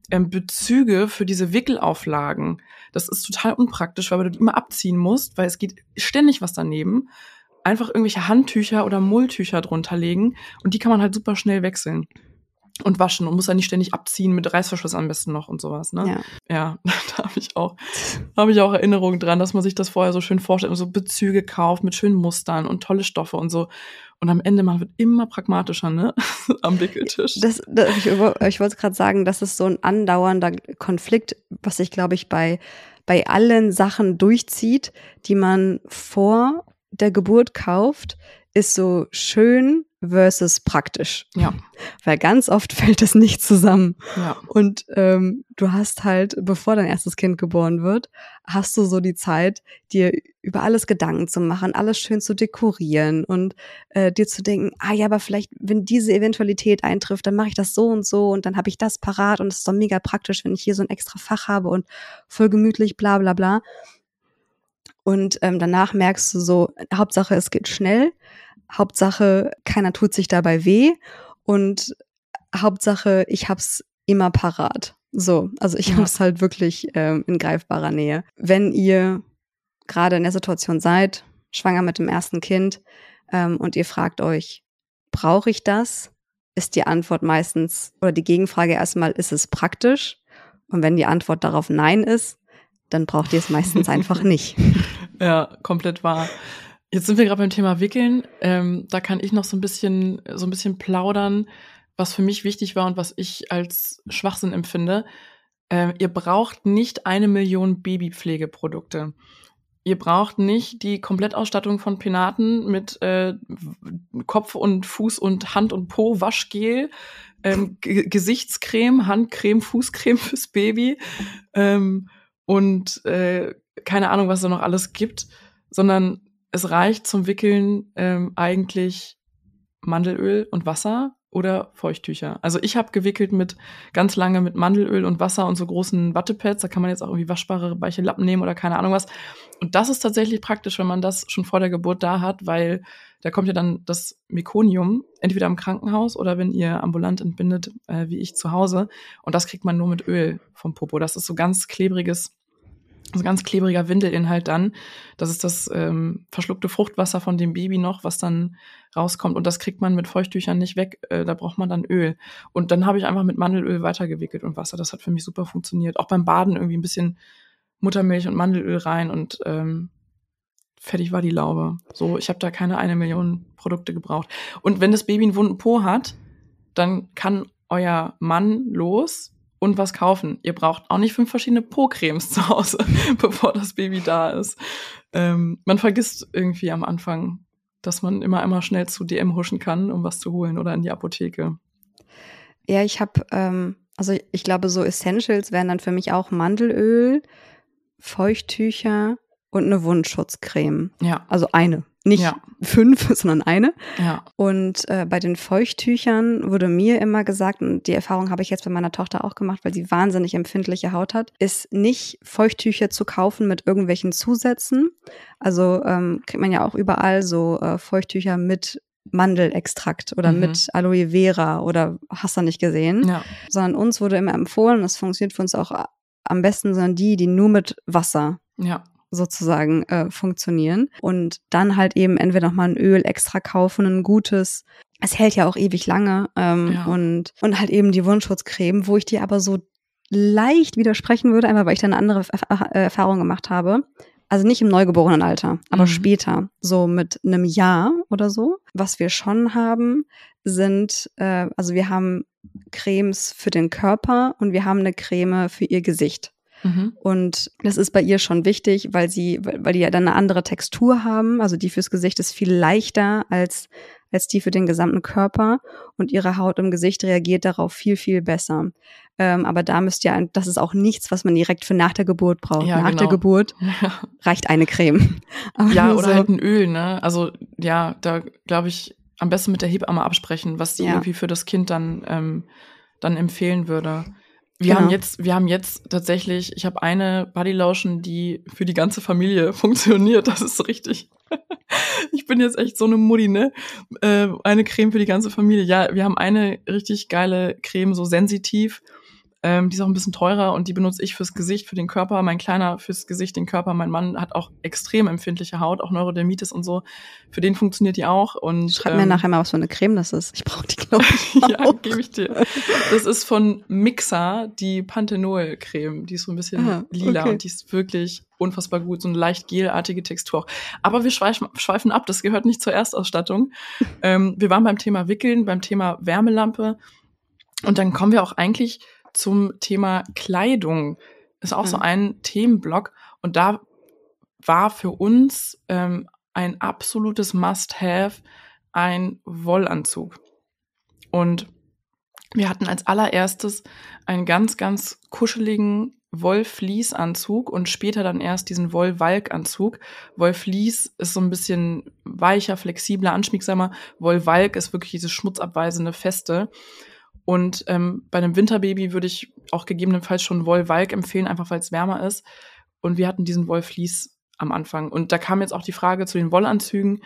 Bezüge für diese Wickelauflagen. Das ist total unpraktisch, weil du die immer abziehen musst, weil es geht ständig was daneben. Einfach irgendwelche Handtücher oder Mulltücher drunter legen und die kann man halt super schnell wechseln und waschen und muss dann nicht ständig abziehen mit Reißverschluss am besten noch und sowas, ne? Ja, da habe ich auch Erinnerungen dran, dass man sich das vorher so schön vorstellt und so Bezüge kauft mit schönen Mustern und tolle Stoffe und so. Und am Ende, man wird immer pragmatischer, ne? Am Wickeltisch. Ich wollte gerade sagen, das ist so ein andauernder Konflikt, was sich, glaube ich, bei allen Sachen durchzieht, die man vor der Geburt kauft, ist so schön versus praktisch. Ja. Weil ganz oft fällt es nicht zusammen. Ja. Und du hast halt, bevor dein erstes Kind geboren wird, hast du so die Zeit, dir über alles Gedanken zu machen, alles schön zu dekorieren und dir zu denken, aber vielleicht, wenn diese Eventualität eintrifft, dann mache ich das so und dann habe ich das parat und es ist doch mega praktisch, wenn ich hier so ein extra Fach habe und voll gemütlich, bla bla bla. Und danach merkst du so, Hauptsache es geht schnell, Hauptsache keiner tut sich dabei weh und Hauptsache ich hab's immer parat. So, also ich hab's halt wirklich in greifbarer Nähe. Wenn ihr gerade in der Situation seid, schwanger mit dem ersten Kind und ihr fragt euch, brauche ich das? Ist die Antwort meistens, oder die Gegenfrage erstmal, ist es praktisch? Und wenn die Antwort darauf Nein ist, dann braucht ihr es meistens einfach nicht. Ja, komplett wahr. Jetzt sind wir gerade beim Thema Wickeln. Da kann ich noch so ein bisschen plaudern, was für mich wichtig war und was ich als Schwachsinn empfinde. Ihr braucht nicht 1 Million Babypflegeprodukte. Ihr braucht nicht die Komplettausstattung von Penaten mit Kopf und Fuß und Hand und Po Waschgel, Gesichtscreme, Handcreme, Fußcreme fürs Baby und keine Ahnung, was da noch alles gibt, sondern es reicht zum Wickeln eigentlich Mandelöl und Wasser oder Feuchttücher. Also ich habe gewickelt ganz lange mit Mandelöl und Wasser und so großen Wattepads. Da kann man jetzt auch irgendwie waschbare weiche Lappen nehmen oder keine Ahnung was. Und das ist tatsächlich praktisch, wenn man das schon vor der Geburt da hat, weil da kommt ja dann das Mekonium, entweder im Krankenhaus oder wenn ihr ambulant entbindet, wie ich zu Hause. Und das kriegt man nur mit Öl vom Popo. Das ist so ganz klebriger Windelinhalt dann. Das ist das verschluckte Fruchtwasser von dem Baby noch, was dann rauskommt. Und das kriegt man mit Feuchttüchern nicht weg. Da braucht man dann Öl. Und dann habe ich einfach mit Mandelöl weitergewickelt und Wasser. Das hat für mich super funktioniert. Auch beim Baden irgendwie ein bisschen Muttermilch und Mandelöl rein und fertig war die Laube. So, ich habe da keine 1 Million Produkte gebraucht. Und wenn das Baby einen wunden Po hat, dann kann euer Mann los und was kaufen. Ihr braucht auch nicht 5 verschiedene Po-Cremes zu Hause, bevor das Baby da ist. Man vergisst irgendwie am Anfang, dass man immer schnell zu DM huschen kann, um was zu holen oder in die Apotheke. Ja, ich habe, ich glaube, so Essentials wären dann für mich auch Mandelöl, Feuchttücher und eine Wundschutzcreme. Ja. Also eine. Nicht 5, sondern eine. Ja. Und bei den Feuchttüchern wurde mir immer gesagt, und die Erfahrung habe ich jetzt bei meiner Tochter auch gemacht, weil sie wahnsinnig empfindliche Haut hat, ist nicht Feuchttücher zu kaufen mit irgendwelchen Zusätzen. Also kriegt man ja auch überall so Feuchttücher mit Mandelextrakt oder mit Aloe Vera oder hast du nicht gesehen. Ja. Sondern uns wurde immer empfohlen, das funktioniert für uns auch am besten, sondern die nur mit Wasser sozusagen funktionieren. Und dann halt eben entweder nochmal ein Öl extra kaufen, ein gutes. Es hält ja auch ewig lange. Und halt eben die Wundschutzcreme, wo ich dir aber so leicht widersprechen würde, einfach weil ich da eine andere Erfahrung gemacht habe. Also nicht im Neugeborenenalter, aber später, so mit einem Jahr oder so. Was wir schon haben, sind, also wir haben Cremes für den Körper und wir haben eine Creme für ihr Gesicht. Und das ist bei ihr schon wichtig, weil die ja dann eine andere Textur haben. Also die fürs Gesicht ist viel leichter als die für den gesamten Körper. Und ihre Haut im Gesicht reagiert darauf viel, viel besser. Aber da das ist auch nichts, was man direkt für nach der Geburt braucht. Ja, nach der Geburt reicht eine Creme. Aber oder so halt ein Öl, ne? Also ja, da glaube ich, am besten mit der Hebamme absprechen, was die irgendwie für das Kind dann empfehlen würde. Wir haben jetzt tatsächlich, ich habe eine Bodylotion, die für die ganze Familie funktioniert. Das ist so richtig. Ich bin jetzt echt so eine Mutti, ne? Eine Creme für die ganze Familie. Ja, wir haben eine richtig geile Creme, so sensitiv. Die ist auch ein bisschen teurer und die benutze ich fürs Gesicht, für den Körper. Mein Kleiner fürs Gesicht, den Körper. Mein Mann hat auch extrem empfindliche Haut, auch Neurodermitis und so. Für den funktioniert die auch. Und schreib mir nachher mal, was für eine Creme das ist. Ich brauche die, glaube ich, auch. Ja, gebe ich dir. Das ist von Mixa, die Panthenol-Creme. Die ist so ein bisschen lila und die ist wirklich unfassbar gut. So eine leicht gelartige Textur auch. Aber wir schweifen ab, das gehört nicht zur Erstausstattung. Wir waren beim Thema Wickeln, beim Thema Wärmelampe. Und dann kommen wir auch eigentlich zum Thema Kleidung. Ist auch so ein Themenblock. Und da war für uns ein absolutes Must-Have ein Wollanzug. Und wir hatten als allererstes einen ganz, ganz kuscheligen Wollfleece-Anzug und später dann erst diesen Wollwalk-Anzug. Wollfleece ist so ein bisschen weicher, flexibler, anschmiegsamer. Wollwalk ist wirklich diese schmutzabweisende, feste. Und bei einem Winterbaby würde ich auch gegebenenfalls schon Wollwalk empfehlen, einfach weil es wärmer ist. Und wir hatten diesen Wollfleece am Anfang. Und da kam jetzt auch die Frage zu den Wollanzügen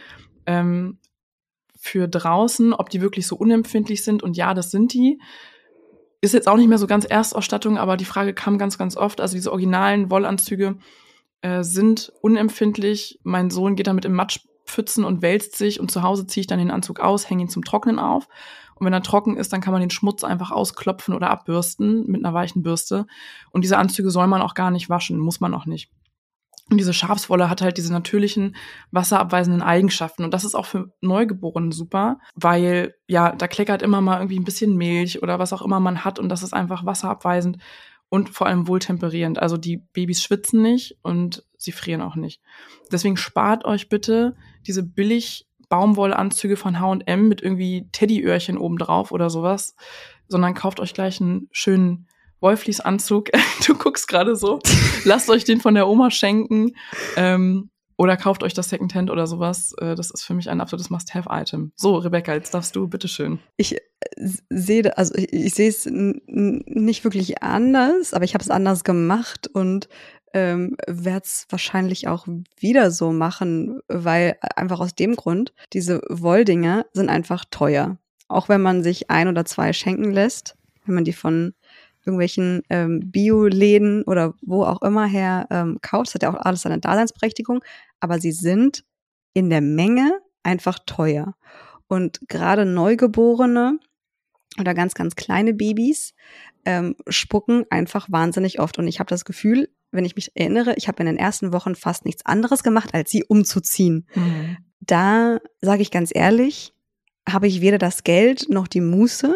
für draußen, ob die wirklich so unempfindlich sind. Und ja, das sind die. Ist jetzt auch nicht mehr so ganz Erstausstattung, aber die Frage kam ganz, ganz oft. Also diese originalen Wollanzüge sind unempfindlich. Mein Sohn geht damit im Matsch pfützen und wälzt sich und zu Hause ziehe ich dann den Anzug aus, hänge ihn zum Trocknen auf. Und wenn er trocken ist, dann kann man den Schmutz einfach ausklopfen oder abbürsten mit einer weichen Bürste. Und diese Anzüge soll man auch gar nicht waschen, muss man auch nicht. Und diese Schafswolle hat halt diese natürlichen wasserabweisenden Eigenschaften. Und das ist auch für Neugeborene super, weil ja, da kleckert immer mal irgendwie ein bisschen Milch oder was auch immer man hat. Und das ist einfach wasserabweisend und vor allem wohltemperierend. Also die Babys schwitzen nicht und sie frieren auch nicht. Deswegen spart euch bitte diese billig Baumwollanzüge von H&M mit irgendwie Teddyöhrchen obendrauf oder sowas, sondern kauft euch gleich einen schönen Wollfleece-Anzug. Du guckst gerade so. Lasst euch den von der Oma schenken. Oder kauft euch das Secondhand oder sowas. Das ist für mich ein absolutes Must-Have-Item. So, Rebecca, jetzt darfst du, bitteschön. Ich sehe, also ich sehe es nicht wirklich anders, aber ich habe es anders gemacht und werde es wahrscheinlich auch wieder so machen, weil einfach aus dem Grund, diese Wolldinger sind einfach teuer. Auch wenn man sich 1 oder 2 schenken lässt, wenn man die von irgendwelchen Bioläden oder wo auch immer her kauft, das hat ja auch alles seine Daseinsberechtigung, aber sie sind in der Menge einfach teuer. Und gerade Neugeborene oder ganz, ganz kleine Babys spucken einfach wahnsinnig oft. Und ich habe das Gefühl, wenn ich mich erinnere, ich habe in den ersten Wochen fast nichts anderes gemacht, als sie umzuziehen. Mhm. Da, sage ich ganz ehrlich, habe ich weder das Geld noch die Muße,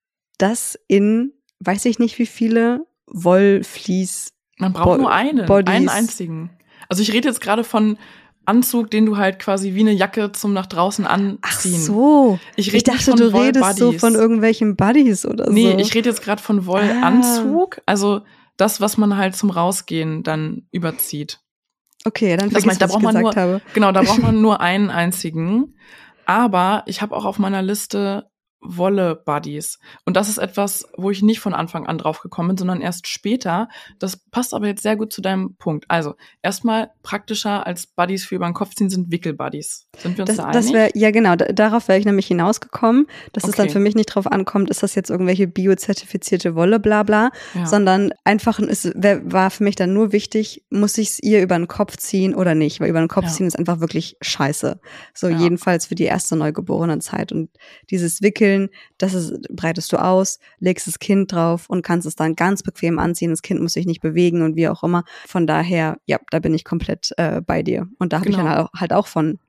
das in, weiß ich nicht wie viele, Wollflies. Man braucht nur einen einzigen. Also ich rede jetzt gerade von Anzug, den du halt quasi wie eine Jacke zum nach draußen anziehen. Ach so. Ich dachte, du redest so von irgendwelchen Buddies oder so. Nee, ich rede jetzt gerade von Wollanzug. Also das, was man halt zum Rausgehen dann überzieht. Okay, dann vergiss, was ich gesagt habe. Genau, da braucht man nur einen einzigen. Aber ich habe auch auf meiner Liste Wolle-Buddies. Und das ist etwas, wo ich nicht von Anfang an drauf gekommen bin, sondern erst später. Das passt aber jetzt sehr gut zu deinem Punkt. Also, erstmal praktischer als Buddies für über den Kopf ziehen sind Wickel-Buddies. Sind wir uns da einig? Ja, genau. Darauf wäre ich nämlich hinausgekommen, dass es dann für mich nicht drauf ankommt, ist das jetzt irgendwelche biozertifizierte Wolle, bla bla, sondern einfach, war für mich dann nur wichtig, muss ich es ihr über den Kopf ziehen oder nicht? Weil über den Kopf ziehen ist einfach wirklich scheiße. So jedenfalls für die erste Neugeborenenzeit. Und dieses Wickeln, breitest du aus, legst das Kind drauf und kannst es dann ganz bequem anziehen. Das Kind muss sich nicht bewegen und wie auch immer. Von daher, ja, da bin ich komplett bei dir. Und da habe ich dann doch von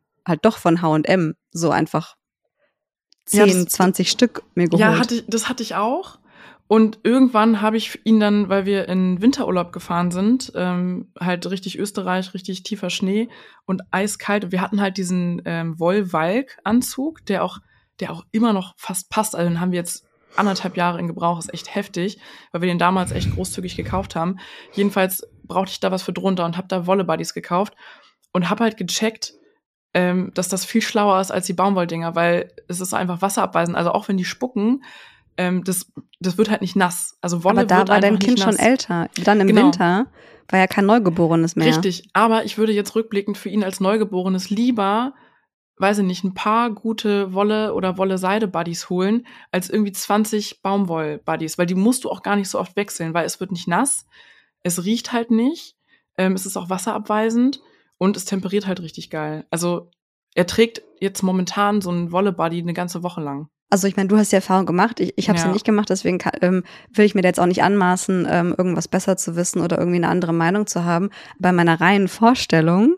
H&M so einfach 20 Stück mir geholt. Ja, das hatte ich auch. Und irgendwann habe ich ihn dann, weil wir in Winterurlaub gefahren sind, halt richtig Österreich, richtig tiefer Schnee und eiskalt. Und wir hatten halt diesen Wollwalk-Anzug, der auch immer noch fast passt. Also den haben wir jetzt 1,5 Jahre in Gebrauch. Ist echt heftig, weil wir den damals echt großzügig gekauft haben. Jedenfalls brauchte ich da was für drunter und habe da Wolle-Buddies gekauft und habe halt gecheckt, dass das viel schlauer ist als die Baumwolldinger, weil es ist einfach wasserabweisend. Also auch wenn die spucken, das wird halt nicht nass. Also Wolle wird einfach nicht nass. Aber da war dein Kind schon älter. Dann im Winter war ja kein Neugeborenes mehr. Richtig, aber ich würde jetzt rückblickend für ihn als Neugeborenes lieber, weiß ich nicht, ein paar gute Wolle- oder Wolle-Seide-Buddies holen, als irgendwie 20 Baumwoll-Buddies, weil die musst du auch gar nicht so oft wechseln, weil es wird nicht nass, es riecht halt nicht, es ist auch wasserabweisend und es temperiert halt richtig geil. Also er trägt jetzt momentan so einen Wolle-Buddy eine ganze Woche lang. Also ich meine, du hast die Erfahrung gemacht, ich habe sie nicht gemacht, deswegen will ich mir da jetzt auch nicht anmaßen, irgendwas besser zu wissen oder irgendwie eine andere Meinung zu haben. Bei meiner reinen Vorstellung,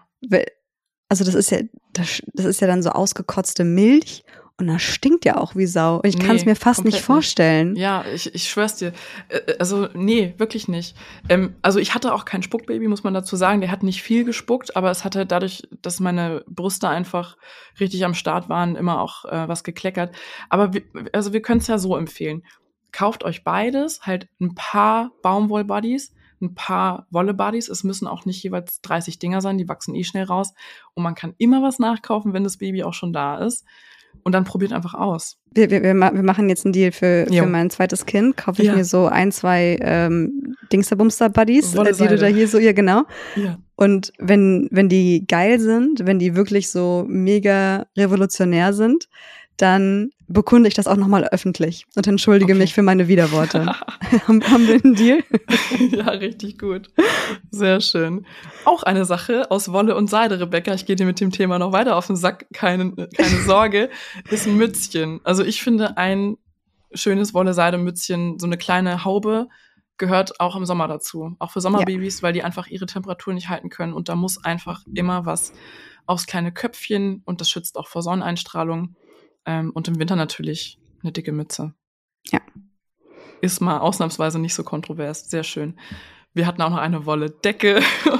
also das ist ja dann so ausgekotzte Milch und das stinkt ja auch wie Sau. Und ich kann es mir fast nicht vorstellen. Nicht. Ja, ich schwör's dir. Also nee, wirklich nicht. Also ich hatte auch kein Spuckbaby, muss man dazu sagen. Der hat nicht viel gespuckt, aber es hatte dadurch, dass meine Brüste einfach richtig am Start waren, immer auch was gekleckert. Aber wir können es ja so empfehlen. Kauft euch beides, halt ein paar Baumwoll-Buddies, ein paar Wolle-Buddies. Es müssen auch nicht jeweils 30 Dinger sein, die wachsen schnell raus. Und man kann immer was nachkaufen, wenn das Baby auch schon da ist. Und dann probiert einfach aus. Wir machen jetzt einen Deal für mein zweites Kind. Kaufe ich mir so 1, 2 Dingsterbumster-Buddies, die du da hier so, genau. Ja. Und wenn die geil sind, wenn die wirklich so mega revolutionär sind, dann bekunde ich das auch nochmal öffentlich und entschuldige mich für meine Widerworte. Haben wir einen Deal? Ja, richtig gut. Sehr schön. Auch eine Sache aus Wolle und Seide, Rebecca, ich gehe dir mit dem Thema noch weiter auf den Sack, keine Sorge, ist ein Mützchen. Also ich finde, ein schönes Wolle-Seide-Mützchen, so eine kleine Haube, gehört auch im Sommer dazu. Auch für Sommerbabys, weil die einfach ihre Temperatur nicht halten können. Und da muss einfach immer was aufs kleine Köpfchen und das schützt auch vor Sonneneinstrahlung. Und im Winter natürlich eine dicke Mütze. Ja. Ist mal ausnahmsweise nicht so kontrovers. Sehr schön. Wir hatten auch noch eine Wolledecke.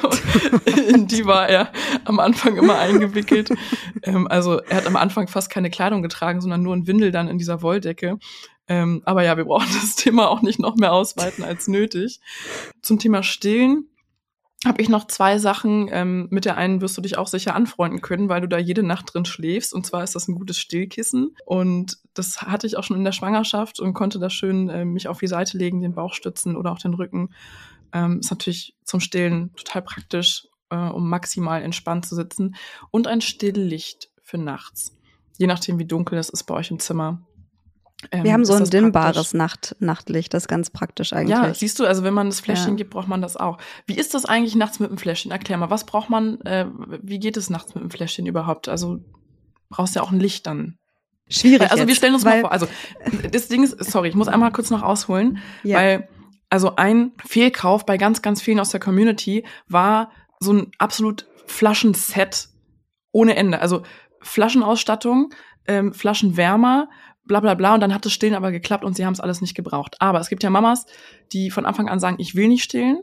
In die war er am Anfang immer eingewickelt. Also er hat am Anfang fast keine Kleidung getragen, sondern nur ein Windel dann in dieser Wolldecke. Aber ja, wir brauchen das Thema auch nicht noch mehr ausweiten als nötig. Zum Thema Stillen habe ich noch 2 Sachen. Mit der einen wirst du dich auch sicher anfreunden können, weil du da jede Nacht drin schläfst. Und zwar ist das ein gutes Stillkissen. Und das hatte ich auch schon in der Schwangerschaft und konnte da schön mich auf die Seite legen, den Bauch stützen oder auch den Rücken. Ist natürlich zum Stillen total praktisch, um maximal entspannt zu sitzen. Und ein Stilllicht für nachts. Je nachdem, wie dunkel es ist bei euch im Zimmer. Wir haben so ein dimmbares Nachtlicht, das ist ganz praktisch eigentlich. Ja, siehst du, also wenn man das Fläschchen gibt, braucht man das auch. Wie ist das eigentlich nachts mit dem Fläschchen? Erklär mal, was braucht man, wie geht es nachts mit dem Fläschchen überhaupt? Also brauchst du ja auch ein Licht dann. Schwierig. Also wir stellen uns mal vor, also das Ding ist, sorry, ich muss einmal kurz noch ausholen, weil also ein Fehlkauf bei ganz, ganz vielen aus der Community war so ein absolut Flaschenset ohne Ende. Also Flaschenausstattung, Flaschenwärmer, bla bla bla, und dann hat das Stillen aber geklappt und sie haben es alles nicht gebraucht. Aber es gibt ja Mamas, die von Anfang an sagen, ich will nicht stillen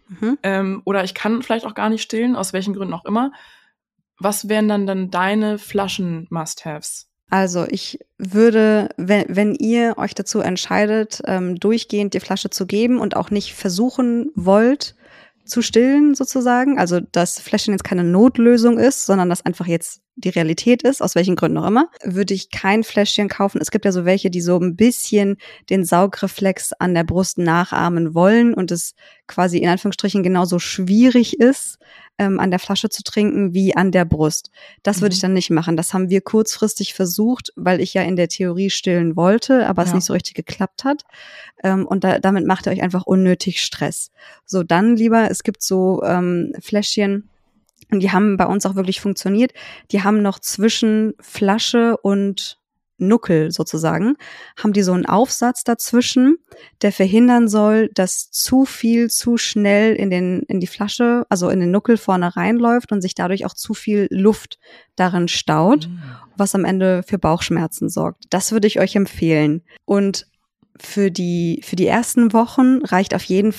oder ich kann vielleicht auch gar nicht stillen, aus welchen Gründen auch immer. Was wären dann deine Flaschen-Must-Haves? Also ich würde, wenn ihr euch dazu entscheidet, durchgehend die Flasche zu geben und auch nicht versuchen wollt, zu stillen sozusagen, also dass Fläschchen jetzt keine Notlösung ist, sondern dass einfach jetzt die Realität ist, aus welchen Gründen auch immer, würde ich kein Fläschchen kaufen. Es gibt ja so welche, die so ein bisschen den Saugreflex an der Brust nachahmen wollen und es quasi in Anführungsstrichen genauso schwierig ist, an der Flasche zu trinken wie an der Brust. Das würde ich dann nicht machen. Das haben wir kurzfristig versucht, weil ich ja in der Theorie stillen wollte, aber es nicht so richtig geklappt hat. Und damit macht ihr euch einfach unnötig Stress. So, dann lieber, es gibt so Fläschchen, und die haben bei uns auch wirklich funktioniert. Die haben noch zwischen Flasche und Nuckel sozusagen, haben die so einen Aufsatz dazwischen, der verhindern soll, dass zu viel zu schnell in die Flasche, also in den Nuckel vorne reinläuft und sich dadurch auch zu viel Luft darin staut, was am Ende für Bauchschmerzen sorgt. Das würde ich euch empfehlen. Und für die ersten Wochen reicht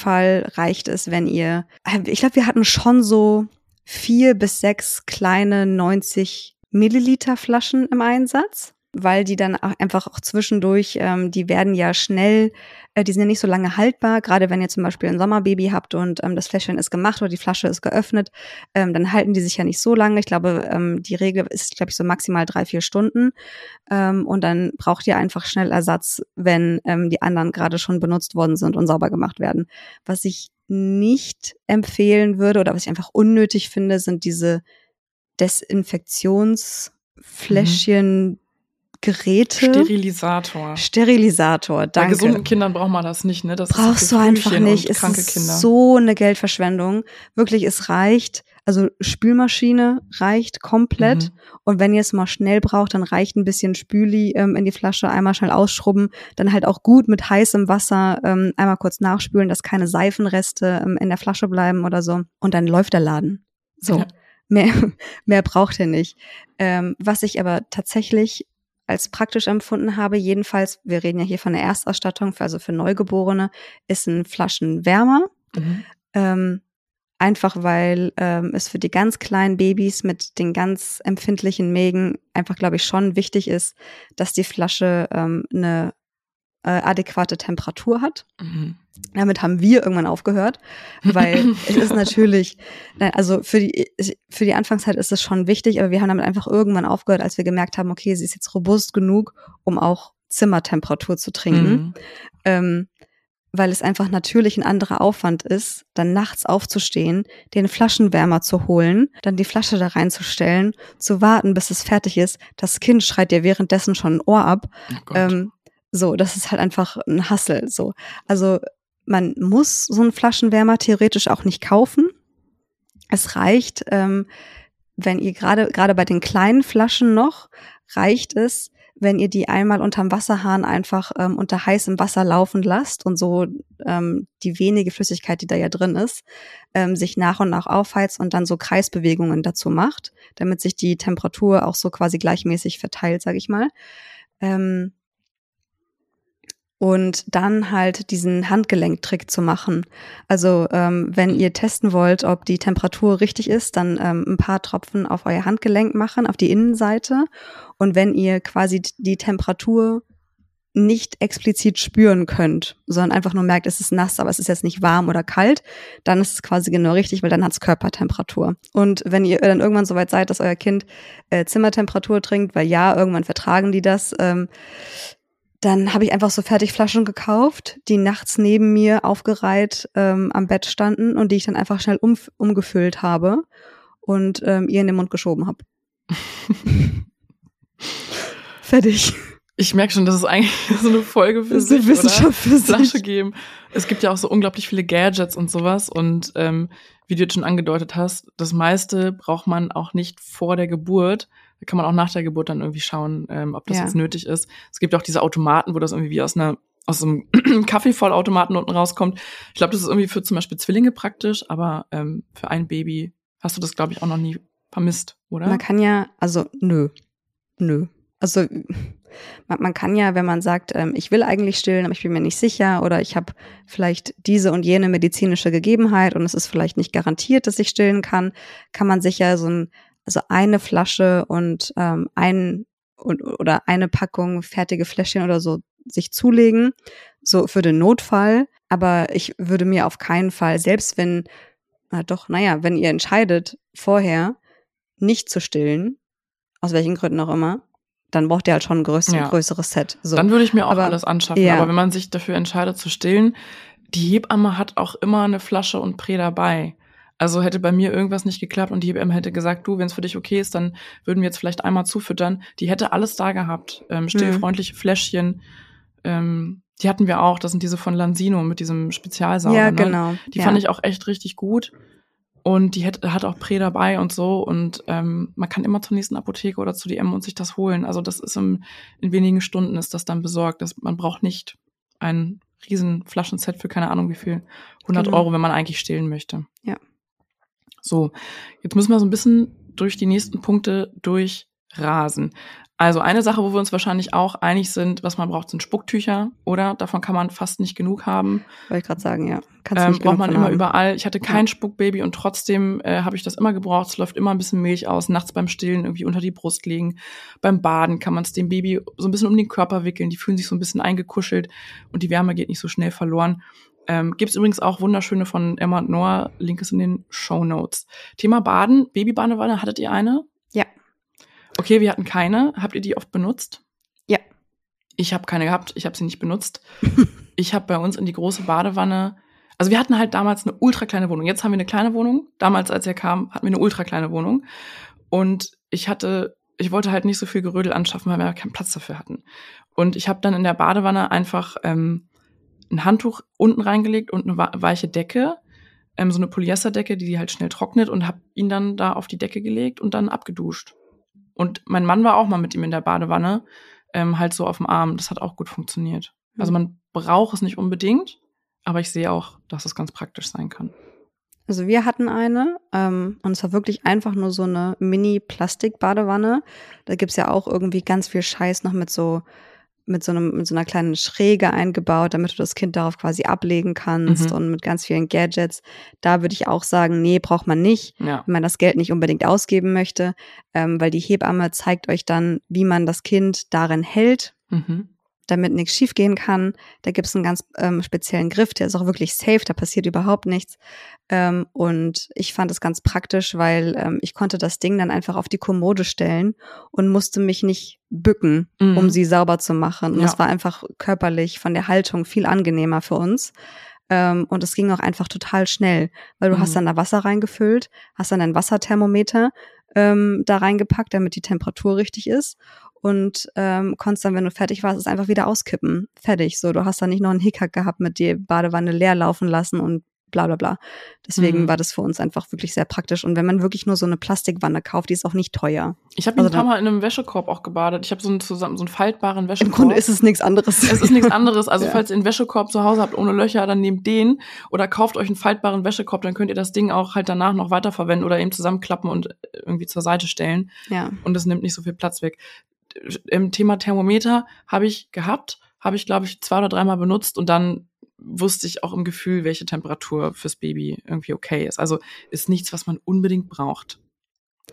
es, wenn ihr, ich glaube, wir hatten schon so 4 bis 6 kleine 90 Milliliter Flaschen im Einsatz, weil die dann auch einfach auch zwischendurch, die werden ja schnell, die sind ja nicht so lange haltbar, gerade wenn ihr zum Beispiel ein Sommerbaby habt und das Fläschchen ist gemacht oder die Flasche ist geöffnet, dann halten die sich ja nicht so lange. Ich glaube, die Regel ist, glaube ich, so maximal 3-4 Stunden und dann braucht ihr einfach schnell Ersatz, wenn die anderen gerade schon benutzt worden sind und sauber gemacht werden. Was ich nicht empfehlen würde oder was ich einfach unnötig finde, sind diese Desinfektionsfläschchen, Geräte. Sterilisator, danke. Bei gesunden Kindern braucht man das nicht, ne? Das brauchst du einfach nicht. Es ist so eine Geldverschwendung. Wirklich, es reicht. Also Spülmaschine reicht komplett. Und wenn ihr es mal schnell braucht, dann reicht ein bisschen Spüli in die Flasche, einmal schnell ausschrubben. Dann halt auch gut mit heißem Wasser einmal kurz nachspülen, dass keine Seifenreste in der Flasche bleiben oder so. Und dann läuft der Laden. So, ja. Mehr braucht ihr nicht. Was ich aber tatsächlich als praktisch empfunden habe, jedenfalls, wir reden ja hier von der Erstausstattung, also für Neugeborene, ist ein Flaschenwärmer. Einfach weil es für die ganz kleinen Babys mit den ganz empfindlichen Mägen einfach, glaube ich, schon wichtig ist, dass die Flasche eine adäquate Temperatur hat. Damit haben wir irgendwann aufgehört, weil es ist natürlich, also für die Anfangszeit ist es schon wichtig, aber wir haben damit einfach irgendwann aufgehört, als wir gemerkt haben, okay, sie ist jetzt robust genug, um auch Zimmertemperatur zu trinken, weil es einfach natürlich ein anderer Aufwand ist, dann nachts aufzustehen, den Flaschenwärmer zu holen, dann die Flasche da reinzustellen, zu warten, bis es fertig ist. Das Kind schreit dir währenddessen schon ein Ohr ab. So, das ist halt einfach ein Hassel. So, also man muss so einen Flaschenwärmer theoretisch auch nicht kaufen. Es reicht, wenn ihr gerade bei den kleinen Flaschen noch, reicht es, wenn ihr die einmal unterm Wasserhahn einfach unter heißem Wasser laufen lasst und so die wenige Flüssigkeit, die da ja drin ist, sich nach und nach aufheizt und dann so Kreisbewegungen dazu macht, damit sich die Temperatur auch so quasi gleichmäßig verteilt, sage ich mal. Und dann halt diesen Handgelenktrick zu machen. Also wenn ihr testen wollt, ob die Temperatur richtig ist, dann ein paar Tropfen auf euer Handgelenk machen, auf die Innenseite. Und wenn ihr quasi die Temperatur nicht explizit spüren könnt, sondern einfach nur merkt, es ist nass, aber es ist jetzt nicht warm oder kalt, dann ist es quasi genau richtig, weil dann hat es Körpertemperatur. Und wenn ihr dann irgendwann soweit seid, dass euer Kind Zimmertemperatur trinkt, weil ja, irgendwann vertragen die das, dann habe ich einfach so Fertigflaschen gekauft, die nachts neben mir aufgereiht am Bett standen und die ich dann einfach schnell umgefüllt habe und ihr in den Mund geschoben habe. Fertig. Ich merke schon, das ist eigentlich so eine Folge für Das ist eine sich, Wissenschaft oder? für sich. Flasche geben. Es gibt ja auch so unglaublich viele Gadgets und sowas. Und wie du jetzt schon angedeutet hast, das meiste braucht man auch nicht vor der Geburt. Da kann man auch nach der Geburt dann irgendwie schauen, ob das jetzt nötig ist. Es gibt auch diese Automaten, wo das irgendwie wie aus einem Kaffeevollautomaten unten rauskommt. Ich glaube, das ist irgendwie für zum Beispiel Zwillinge praktisch, aber für ein Baby hast du das, glaube ich, auch noch nie vermisst, oder? Man kann ja, also nö. Also man kann ja, wenn man sagt, ich will eigentlich stillen, aber ich bin mir nicht sicher oder ich habe vielleicht diese und jene medizinische Gegebenheit und es ist vielleicht nicht garantiert, dass ich stillen kann man sich ja also eine Flasche und oder eine Packung fertige Fläschchen oder so sich zulegen, so für den Notfall. Aber ich würde mir auf keinen Fall, selbst wenn, wenn ihr entscheidet, vorher nicht zu stillen, aus welchen Gründen auch immer, dann braucht ihr halt schon ein größeres Set. So. Dann würde ich mir auch alles anschaffen. Ja. Aber wenn man sich dafür entscheidet zu stillen, die Hebamme hat auch immer eine Flasche und Prä dabei. Also hätte bei mir irgendwas nicht geklappt und die Hebamme hätte gesagt, du, wenn es für dich okay ist, dann würden wir jetzt vielleicht einmal zufüttern. Die hätte alles da gehabt. Stillfreundliche Fläschchen. Die hatten wir auch. Das sind diese von Lansino mit diesem Spezialsauger. Ja, ne? genau. Die fand ich auch echt richtig gut. Und die hat auch Prä dabei und so. Und man kann immer zur nächsten Apotheke oder zu DM und sich das holen. Also das ist in wenigen Stunden ist das dann besorgt. Man braucht nicht ein riesen Flaschenset für keine Ahnung wie viel. 100 Euro, wenn man eigentlich stillen möchte. Ja. So, jetzt müssen wir so ein bisschen durch die nächsten Punkte durchrasen. Also eine Sache, wo wir uns wahrscheinlich auch einig sind, was man braucht, sind Spucktücher, oder? Davon kann man fast nicht genug haben. Wollte ich gerade sagen, ja. Kannst nicht braucht man immer haben. Überall. Ich hatte kein Spuckbaby und trotzdem habe ich das immer gebraucht. Es läuft immer ein bisschen Milch aus. Nachts beim Stillen irgendwie unter die Brust legen. Beim Baden kann man es dem Baby so ein bisschen um den Körper wickeln. Die fühlen sich so ein bisschen eingekuschelt und die Wärme geht nicht so schnell verloren. Gibt's übrigens auch wunderschöne von Emma und Noah. Link ist in den Shownotes. Thema Baden. Babybadewanne, hattet ihr eine? Ja. Okay, wir hatten keine. Habt ihr die oft benutzt? Ja. Ich habe keine gehabt. Ich habe sie nicht benutzt. Ich habe bei uns in die große Badewanne. Also wir hatten halt damals eine ultra kleine Wohnung. Jetzt haben wir eine kleine Wohnung. Damals, als er kam, hatten wir eine ultra kleine Wohnung. Und ich wollte halt nicht so viel Gerödel anschaffen, weil wir ja keinen Platz dafür hatten. Und ich habe dann in der Badewanne einfach ein Handtuch unten reingelegt und eine weiche Decke, so eine Polyesterdecke, die halt schnell trocknet, und habe ihn dann da auf die Decke gelegt und dann abgeduscht. Und mein Mann war auch mal mit ihm in der Badewanne, halt so auf dem Arm. Das hat auch gut funktioniert. Also man braucht es nicht unbedingt, aber ich sehe auch, dass es ganz praktisch sein kann. Also wir hatten eine und es war wirklich einfach nur so eine Mini-Plastik-Badewanne. Da gibt's ja auch irgendwie ganz viel Scheiß noch mit so einer kleinen Schräge eingebaut, damit du das Kind darauf quasi ablegen kannst und mit ganz vielen Gadgets. Da würde ich auch sagen, nee, braucht man nicht, wenn man das Geld nicht unbedingt ausgeben möchte, weil die Hebamme zeigt euch dann, wie man das Kind darin hält, damit nichts schiefgehen kann. Da gibt's einen ganz speziellen Griff, der ist auch wirklich safe, da passiert überhaupt nichts. Und ich fand es ganz praktisch, weil ich konnte das Ding dann einfach auf die Kommode stellen und musste mich nicht bücken, um sie sauber zu machen. Und das war einfach körperlich von der Haltung viel angenehmer für uns. Und es ging auch einfach total schnell, weil du hast dann da Wasser reingefüllt, hast dann ein Wasserthermometer da reingepackt, damit die Temperatur richtig ist. Und konntest dann, wenn du fertig warst, es einfach wieder auskippen. Fertig. So, du hast dann nicht noch einen Hickhack gehabt mit die Badewanne leer laufen lassen und bla bla bla. Deswegen war das für uns einfach wirklich sehr praktisch. Und wenn man wirklich nur so eine Plastikwanne kauft, die ist auch nicht teuer. Ich habe ein paar Mal in einem Wäschekorb auch gebadet. Ich habe so einen faltbaren Wäschekorb. Im Grunde ist es nichts anderes. Es ist nichts anderes. Also falls ihr einen Wäschekorb zu Hause habt ohne Löcher, dann nehmt den oder kauft euch einen faltbaren Wäschekorb, dann könnt ihr das Ding auch halt danach noch weiterverwenden oder eben zusammenklappen und irgendwie zur Seite stellen. Ja. Und es nimmt nicht so viel Platz weg. Im Thema Thermometer habe ich, glaube ich, 2 oder 3 Mal benutzt und dann wusste ich auch im Gefühl, welche Temperatur fürs Baby irgendwie okay ist. Also ist nichts, was man unbedingt braucht.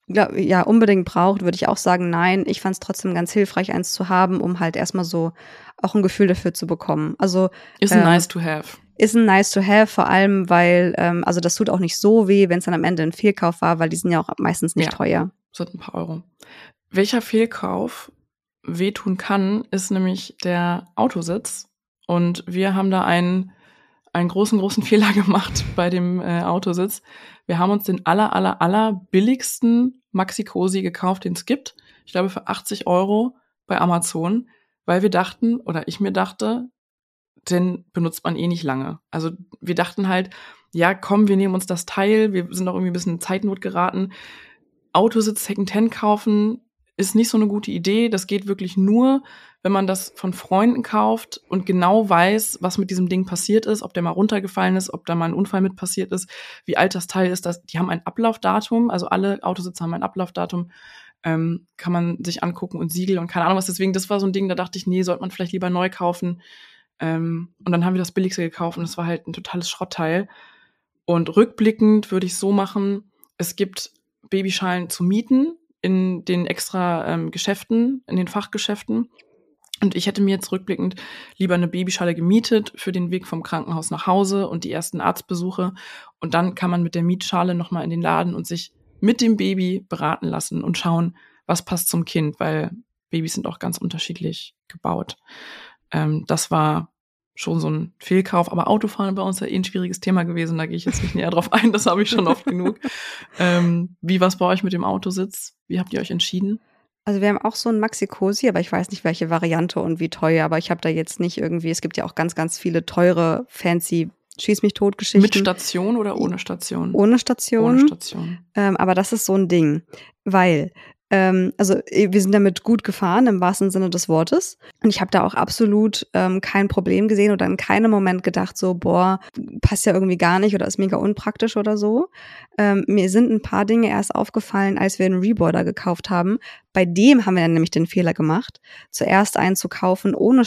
ja, unbedingt braucht, würde ich auch sagen, nein. Ich fand es trotzdem ganz hilfreich, eins zu haben, um halt erstmal so auch ein Gefühl dafür zu bekommen. Also Ist ein nice to have. ist ein nice to have, vor allem, weil, also das tut auch nicht so weh, wenn es dann am Ende ein Fehlkauf war, weil die sind ja auch meistens nicht teuer. Sind ein paar Euro. Welcher Fehlkauf wehtun kann, ist nämlich der Autositz. Und wir haben da einen großen Fehler gemacht bei dem Autositz. Wir haben uns den aller billigsten Maxi-Cosi gekauft, den es gibt. Ich glaube für 80 Euro bei Amazon, weil wir dachten, oder ich mir dachte, den benutzt man eh nicht lange. Also wir dachten halt, ja komm, wir nehmen uns das Teil, wir sind auch irgendwie ein bisschen in Zeitnot geraten. Autositz Secondhand kaufen ist nicht so eine gute Idee. Das geht wirklich nur, wenn man das von Freunden kauft und genau weiß, was mit diesem Ding passiert ist, ob der mal runtergefallen ist, ob da mal ein Unfall mit passiert ist, wie alt das Teil ist. Die haben ein Ablaufdatum, also alle Autositze haben ein Ablaufdatum, kann man sich angucken und Siegel und keine Ahnung was. Deswegen, das war so ein Ding, da dachte ich, nee, sollte man vielleicht lieber neu kaufen. Und dann haben wir das billigste gekauft und es war halt ein totales Schrottteil. Und rückblickend würde ich so machen, es gibt Babyschalen zu mieten in den extra Geschäften, in den Fachgeschäften. Und ich hätte mir jetzt rückblickend lieber eine Babyschale gemietet für den Weg vom Krankenhaus nach Hause und die ersten Arztbesuche. Und dann kann man mit der Mietschale nochmal in den Laden und sich mit dem Baby beraten lassen und schauen, was passt zum Kind, weil Babys sind auch ganz unterschiedlich gebaut. Das war schon so ein Fehlkauf, aber Autofahren bei uns ja ein schwieriges Thema gewesen, da gehe ich jetzt nicht näher drauf ein, das habe ich schon oft genug. Wie war es bei euch mit dem Autositz? Wie habt ihr euch entschieden? Also wir haben auch so ein Maxi-Cosi, aber ich weiß nicht, welche Variante und wie teuer, aber ich habe da jetzt nicht irgendwie, es gibt ja auch ganz, ganz viele teure, fancy Schieß-mich-tot-Geschichten. Mit Station oder ohne Station? Ohne Station. Ohne Station. Aber das ist so ein Ding, weil also wir sind damit gut gefahren, im wahrsten Sinne des Wortes. Und ich habe da auch absolut kein Problem gesehen oder in keinem Moment gedacht so, boah, passt ja irgendwie gar nicht oder ist mega unpraktisch oder so. Mir sind ein paar Dinge erst aufgefallen, als wir einen Reboarder gekauft haben. Bei dem haben wir dann nämlich den Fehler gemacht, zuerst einen zu kaufen ohne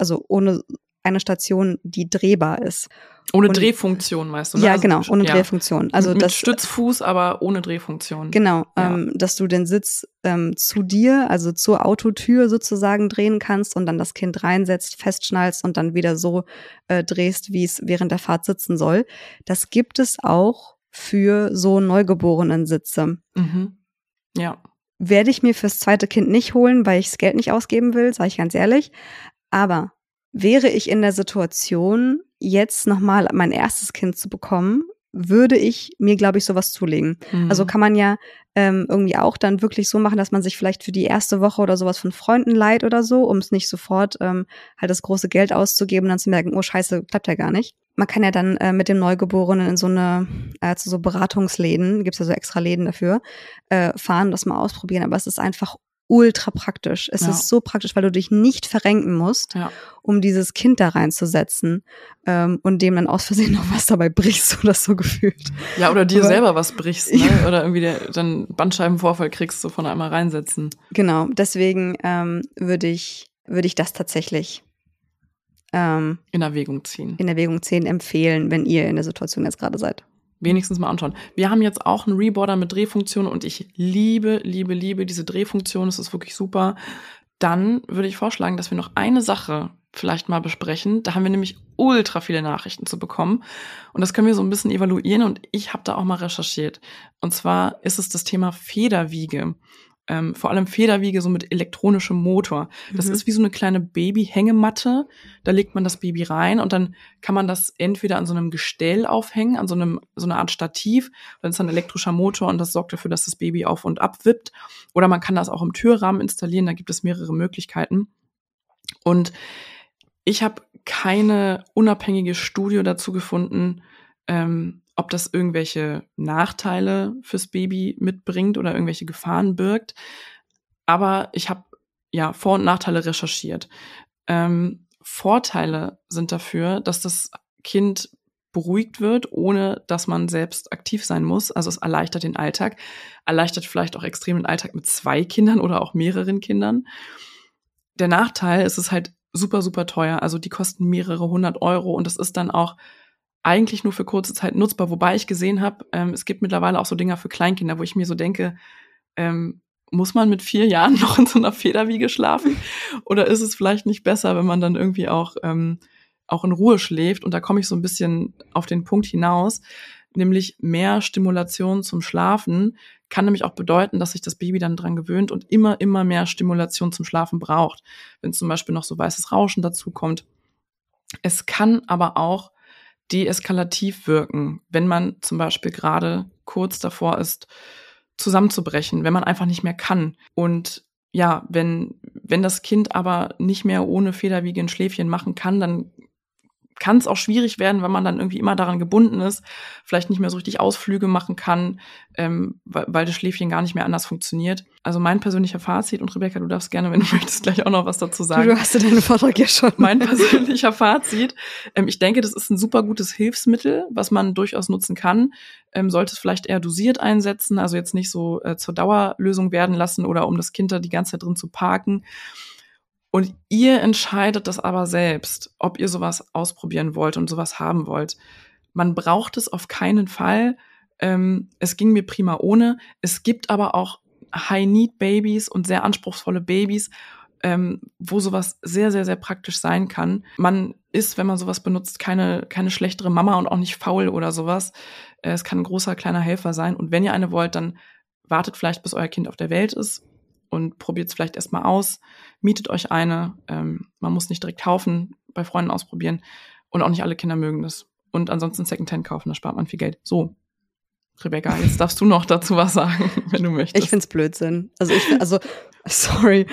eine Station, die drehbar ist. Ohne Drehfunktion, meinst du? Ne? Ja, genau, ohne Drehfunktion. Also mit Stützfuß, aber ohne Drehfunktion. Genau, dass du den Sitz zu dir, also zur Autotür sozusagen drehen kannst und dann das Kind reinsetzt, festschnallst und dann wieder so drehst, wie es während der Fahrt sitzen soll. Das gibt es auch für so Neugeborenen-Sitze. Mhm. Ja. Werde ich mir fürs zweite Kind nicht holen, weil ich das Geld nicht ausgeben will, sage ich ganz ehrlich. Aber wäre ich in der Situation, jetzt nochmal mein erstes Kind zu bekommen, würde ich mir, glaube ich, sowas zulegen. Mhm. Also kann man ja irgendwie auch dann wirklich so machen, dass man sich vielleicht für die erste Woche oder sowas von Freunden leiht oder so, um es nicht sofort halt das große Geld auszugeben und dann zu merken, oh scheiße, klappt ja gar nicht. Man kann ja dann mit dem Neugeborenen in so zu so Beratungsläden, gibt's ja so extra Läden dafür, fahren, das mal ausprobieren. Aber es ist einfach ultra praktisch. Es ist so praktisch, weil du dich nicht verrenken musst, um dieses Kind da reinzusetzen und dem dann aus Versehen noch was dabei brichst oder so gefühlt. Ja, oder dir selber was brichst, ne? Ja. Oder irgendwie dann Bandscheibenvorfall kriegst, so von einmal reinsetzen. Genau, deswegen würde ich das tatsächlich in Erwägung ziehen. Empfehlen, wenn ihr in der Situation jetzt gerade seid. Wenigstens mal anschauen. Wir haben jetzt auch einen Reboarder mit Drehfunktion und ich liebe diese Drehfunktion. Das ist wirklich super. Dann würde ich vorschlagen, dass wir noch eine Sache vielleicht mal besprechen. Da haben wir nämlich ultra viele Nachrichten zu bekommen. Und das können wir so ein bisschen evaluieren. Und ich habe da auch mal recherchiert. Und zwar ist es das Thema Federwiege. Vor allem Federwiege so mit elektronischem Motor. Das ist wie so eine kleine Baby-Hängematte. Da legt man das Baby rein und dann kann man das entweder an so einem Gestell aufhängen, an so einer Art Stativ. Dann ist dann ein elektrischer Motor und das sorgt dafür, dass das Baby auf und ab wippt. Oder man kann das auch im Türrahmen installieren. Da gibt es mehrere Möglichkeiten. Und ich habe keine unabhängige Studie dazu gefunden, ob das irgendwelche Nachteile fürs Baby mitbringt oder irgendwelche Gefahren birgt. Aber ich habe Vor- und Nachteile recherchiert. Vorteile sind dafür, dass das Kind beruhigt wird, ohne dass man selbst aktiv sein muss. Also es erleichtert den Alltag, erleichtert vielleicht auch extrem den Alltag mit 2 Kindern oder auch mehreren Kindern. Der Nachteil ist es halt super, super teuer. Also die kosten mehrere 100 Euro und das ist dann auch eigentlich nur für kurze Zeit nutzbar, wobei ich gesehen habe, es gibt mittlerweile auch so Dinger für Kleinkinder, wo ich mir so denke, muss man mit 4 Jahren noch in so einer Federwiege schlafen? Oder ist es vielleicht nicht besser, wenn man dann irgendwie auch in Ruhe schläft? Und da komme ich so ein bisschen auf den Punkt hinaus, nämlich mehr Stimulation zum Schlafen kann nämlich auch bedeuten, dass sich das Baby dann dran gewöhnt und immer mehr Stimulation zum Schlafen braucht. Wenn zum Beispiel noch so weißes Rauschen dazu kommt. Es kann aber auch deeskalativ wirken, wenn man zum Beispiel gerade kurz davor ist, zusammenzubrechen, wenn man einfach nicht mehr kann. Und ja, wenn das Kind aber nicht mehr ohne Federwiege ein Schläfchen machen kann, dann kann es auch schwierig werden, wenn man dann irgendwie immer daran gebunden ist, vielleicht nicht mehr so richtig Ausflüge machen kann, weil das Schläfchen gar nicht mehr anders funktioniert. Also mein persönlicher Fazit, und Rebecca, du darfst gerne, wenn du möchtest, gleich auch noch was dazu sagen. Du hast ja deinen Vortrag ja schon. Mein persönlicher Fazit, ich denke, das ist ein super gutes Hilfsmittel, was man durchaus nutzen kann. Sollte es vielleicht eher dosiert einsetzen, also jetzt nicht so zur Dauerlösung werden lassen oder um das Kind da die ganze Zeit drin zu parken. Und ihr entscheidet das aber selbst, ob ihr sowas ausprobieren wollt und sowas haben wollt. Man braucht es auf keinen Fall. Es ging mir prima ohne. Es gibt aber auch High-Need-Babys und sehr anspruchsvolle Babys, wo sowas sehr, sehr, sehr praktisch sein kann. Man ist, wenn man sowas benutzt, keine schlechtere Mama und auch nicht faul oder sowas. Es kann ein großer, kleiner Helfer sein. Und wenn ihr eine wollt, dann wartet vielleicht, bis euer Kind auf der Welt ist und probiert es vielleicht erstmal aus. Mietet euch eine. Man muss nicht direkt kaufen, bei Freunden ausprobieren. Und auch nicht alle Kinder mögen das. Und ansonsten Secondhand kaufen, da spart man viel Geld. So, Rebecca, jetzt darfst du noch dazu was sagen, wenn du möchtest. Ich find's Blödsinn. Sorry.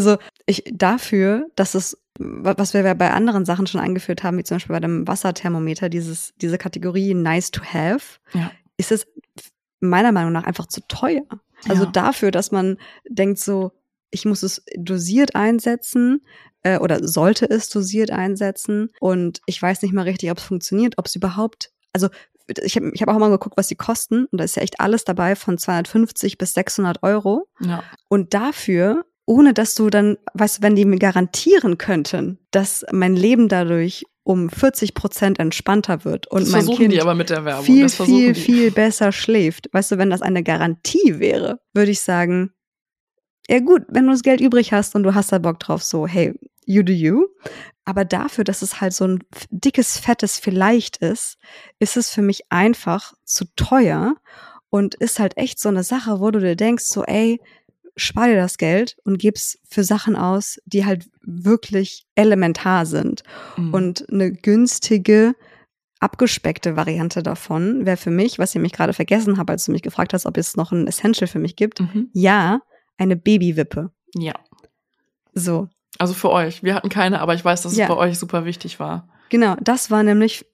Dafür, dass es, was wir bei anderen Sachen schon eingeführt haben, wie zum Beispiel bei dem Wasserthermometer, diese Kategorie nice to have, ist es meiner Meinung nach einfach zu teuer. Also dafür, dass man denkt so, ich muss es dosiert einsetzen oder sollte es dosiert einsetzen und ich weiß nicht mal richtig, ob es funktioniert, ob es überhaupt, also ich hab auch mal geguckt, was die kosten und da ist ja echt alles dabei von 250 bis 600 Euro. Ja. Und dafür, ohne dass du dann, weißt du, wenn die mir garantieren könnten, dass mein Leben dadurch um 40% entspannter wird und mein Kind die aber mit der Werbung. viel besser schläft. Weißt du, wenn das eine Garantie wäre, würde ich sagen, ja gut, wenn du das Geld übrig hast und du hast da Bock drauf, so, hey, you do you. Aber dafür, dass es halt so ein dickes, fettes Vielleicht ist es für mich einfach zu teuer und ist halt echt so eine Sache, wo du dir denkst, so, ey, spar dir das Geld und gib's für Sachen aus, die halt wirklich elementar sind. Mhm. Und eine günstige, abgespeckte Variante davon wäre für mich, was ich mich gerade vergessen habe, als du mich gefragt hast, ob es noch ein Essential für mich gibt, eine Babywippe. Ja. So. Also für euch. Wir hatten keine, aber ich weiß, dass es bei euch super wichtig war. Genau, das war nämlich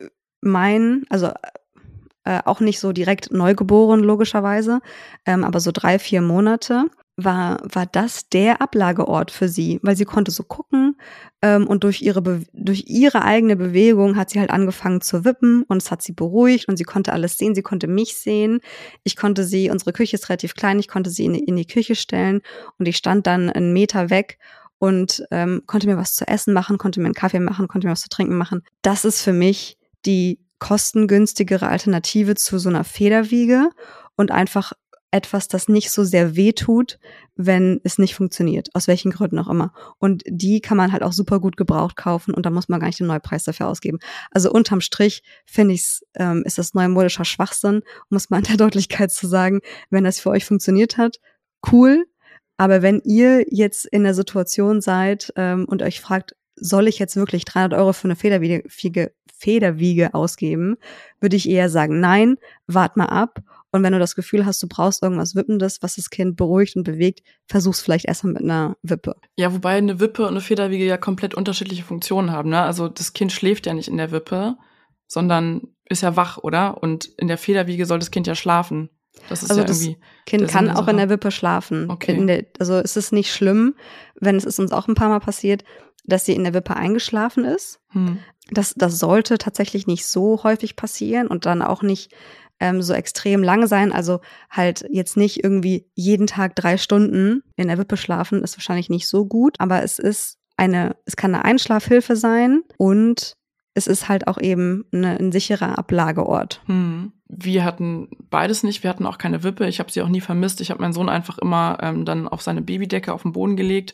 auch nicht so direkt neugeboren, logischerweise, aber so 3-4 Monate war das der Ablageort für sie, weil sie konnte so gucken und durch ihre eigene Bewegung hat sie halt angefangen zu wippen und es hat sie beruhigt und sie konnte alles sehen, sie konnte mich sehen, unsere Küche ist relativ klein, ich konnte sie in die Küche stellen und ich stand dann 1 Meter weg und konnte mir was zu essen machen, konnte mir einen Kaffee machen, konnte mir was zu trinken machen. Das ist für mich die kostengünstigere Alternative zu so einer Federwiege und einfach etwas, das nicht so sehr wehtut, wenn es nicht funktioniert, aus welchen Gründen auch immer. Und die kann man halt auch super gut gebraucht kaufen und da muss man gar nicht den Neupreis dafür ausgeben. Also unterm Strich finde ich ist das neumodischer Schwachsinn, muss man in der Deutlichkeit zu sagen, wenn das für euch funktioniert hat, cool. Aber wenn ihr jetzt in der Situation seid und euch fragt, soll ich jetzt wirklich 300 Euro für eine Federwiege ausgeben, würde ich eher sagen, nein, wart mal ab. Und wenn du das Gefühl hast, du brauchst irgendwas Wippendes, was das Kind beruhigt und bewegt, versuch's vielleicht erstmal mit einer Wippe. Ja, wobei eine Wippe und eine Federwiege ja komplett unterschiedliche Funktionen haben, ne? Also das Kind schläft ja nicht in der Wippe, sondern ist ja wach, oder? Und in der Federwiege soll das Kind ja schlafen. Das ist also ja das irgendwie Kind kann auch in der Wippe schlafen. Okay. Also es ist nicht schlimm, wenn es ist uns auch ein paar Mal passiert, dass sie in der Wippe eingeschlafen ist. Das sollte tatsächlich nicht so häufig passieren und dann auch nicht so extrem lange sein. Also halt jetzt nicht irgendwie jeden Tag 3 Stunden in der Wippe schlafen, ist wahrscheinlich nicht so gut. Aber es kann eine Einschlafhilfe sein und es ist halt auch eben ein sicherer Ablageort. Wir hatten beides nicht. Wir hatten auch keine Wippe. Ich habe sie auch nie vermisst. Ich habe meinen Sohn einfach immer dann auf seine Babydecke auf den Boden gelegt.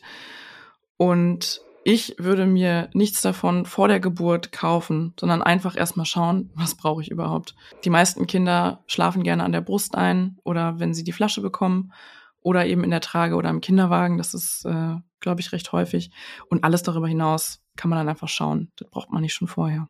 Und ich würde mir nichts davon vor der Geburt kaufen, sondern einfach erstmal schauen, was brauche ich überhaupt. Die meisten Kinder schlafen gerne an der Brust ein oder wenn sie die Flasche bekommen oder eben in der Trage oder im Kinderwagen. Das ist, glaube ich, recht häufig. Und alles darüber hinaus kann man dann einfach schauen. Das braucht man nicht schon vorher.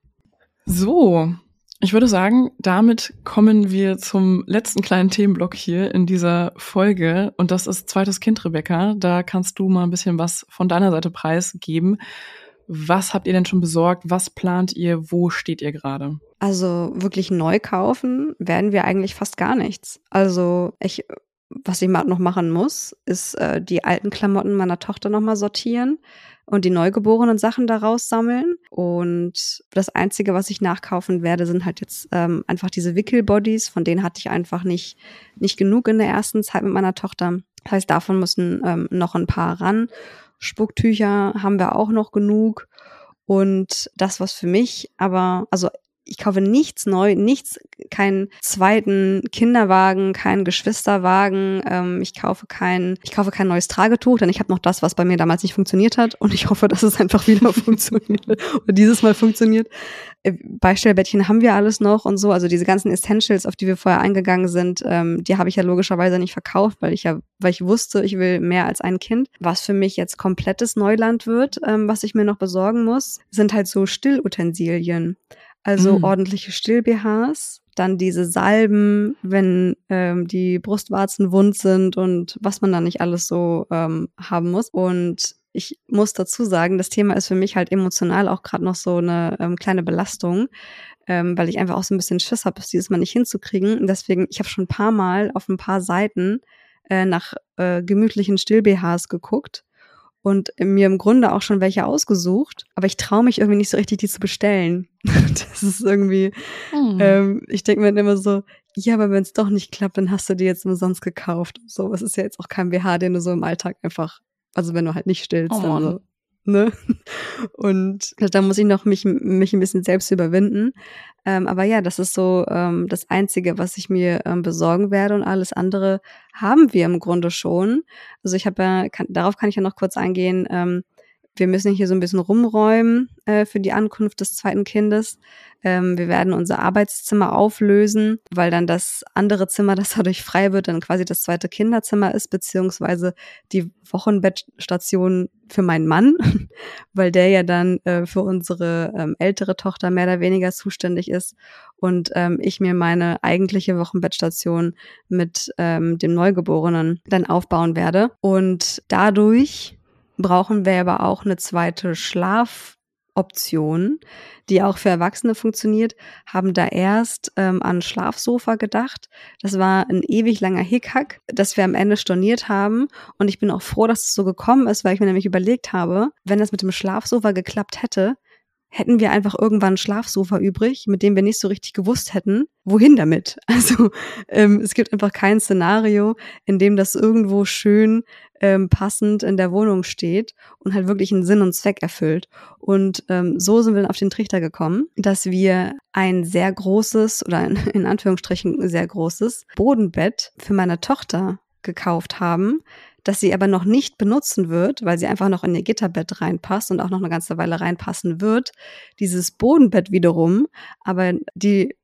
So, ich würde sagen, damit kommen wir zum letzten kleinen Themenblock hier in dieser Folge. Und das ist zweites Kind, Rebecca. Da kannst du mal ein bisschen was von deiner Seite preisgeben. Was habt ihr denn schon besorgt? Was plant ihr? Wo steht ihr gerade? Also wirklich neu kaufen werden wir eigentlich fast gar nichts. Also was ich noch machen muss, ist die alten Klamotten meiner Tochter nochmal sortieren und die neugeborenen Sachen daraus sammeln. Und das Einzige, was ich nachkaufen werde, sind halt jetzt einfach diese Wickelbodies. Von denen hatte ich einfach nicht genug in der ersten Zeit mit meiner Tochter. Das heißt, davon müssen noch ein paar ran. Spucktücher haben wir auch noch genug. Und das, was für mich aber, also ich kaufe nichts neu, keinen zweiten Kinderwagen, keinen Geschwisterwagen. Ich kaufe kein neues Tragetuch, denn ich habe noch das, was bei mir damals nicht funktioniert hat. Und ich hoffe, dass es einfach wieder funktioniert oder dieses Mal funktioniert. Beistellbettchen haben wir alles noch und so. Also diese ganzen Essentials, auf die wir vorher eingegangen sind, die habe ich ja logischerweise nicht verkauft, weil ich wusste, ich will mehr als ein Kind. Was für mich jetzt komplettes Neuland wird, was ich mir noch besorgen muss, sind halt so Stillutensilien. Also ordentliche Still-BHs, dann diese Salben, wenn die Brustwarzen wund sind und was man da nicht alles so haben muss. Und ich muss dazu sagen, das Thema ist für mich halt emotional auch gerade noch so eine kleine Belastung, weil ich einfach auch so ein bisschen Schiss habe, es dieses Mal nicht hinzukriegen. Und deswegen, ich habe schon ein paar Mal auf ein paar Seiten nach gemütlichen Still-BHs geguckt und mir im Grunde auch schon welche ausgesucht, aber ich traue mich irgendwie nicht so richtig, die zu bestellen. Das ist irgendwie, ich denke mir dann immer so, ja, aber wenn es doch nicht klappt, dann hast du die jetzt umsonst gekauft. So, es ist ja jetzt auch kein BH, den du so im Alltag einfach, also wenn du halt nicht stillst, dann so, ne? Und da muss ich noch mich ein bisschen selbst überwinden. Aber ja, das ist so das Einzige, was ich mir besorgen werde, und alles andere haben wir im Grunde schon. Also darauf kann ich ja noch kurz eingehen. Wir müssen hier so ein bisschen rumräumen für die Ankunft des zweiten Kindes. Wir werden unser Arbeitszimmer auflösen, weil dann das andere Zimmer, das dadurch frei wird, dann quasi das zweite Kinderzimmer ist, beziehungsweise die Wochenbettstation für meinen Mann, weil der ja dann für unsere ältere Tochter mehr oder weniger zuständig ist und ich mir meine eigentliche Wochenbettstation mit dem Neugeborenen dann aufbauen werde. Und dadurch brauchen wir aber auch eine zweite Schlafoption, die auch für Erwachsene funktioniert, haben da erst an Schlafsofa gedacht. Das war ein ewig langer Hickhack, das wir am Ende storniert haben. Und ich bin auch froh, dass es so gekommen ist, weil ich mir nämlich überlegt habe, wenn das mit dem Schlafsofa geklappt hätte, hätten wir einfach irgendwann ein Schlafsofa übrig, mit dem wir nicht so richtig gewusst hätten, wohin damit. Also es gibt einfach kein Szenario, in dem das irgendwo schön passend in der Wohnung steht und halt wirklich einen Sinn und Zweck erfüllt. Und so sind wir dann auf den Trichter gekommen, dass wir ein sehr großes oder in Anführungsstrichen sehr großes Bodenbett für meine Tochter gekauft haben, das sie aber noch nicht benutzen wird, weil sie einfach noch in ihr Gitterbett reinpasst und auch noch eine ganze Weile reinpassen wird. Dieses Bodenbett wiederum aber die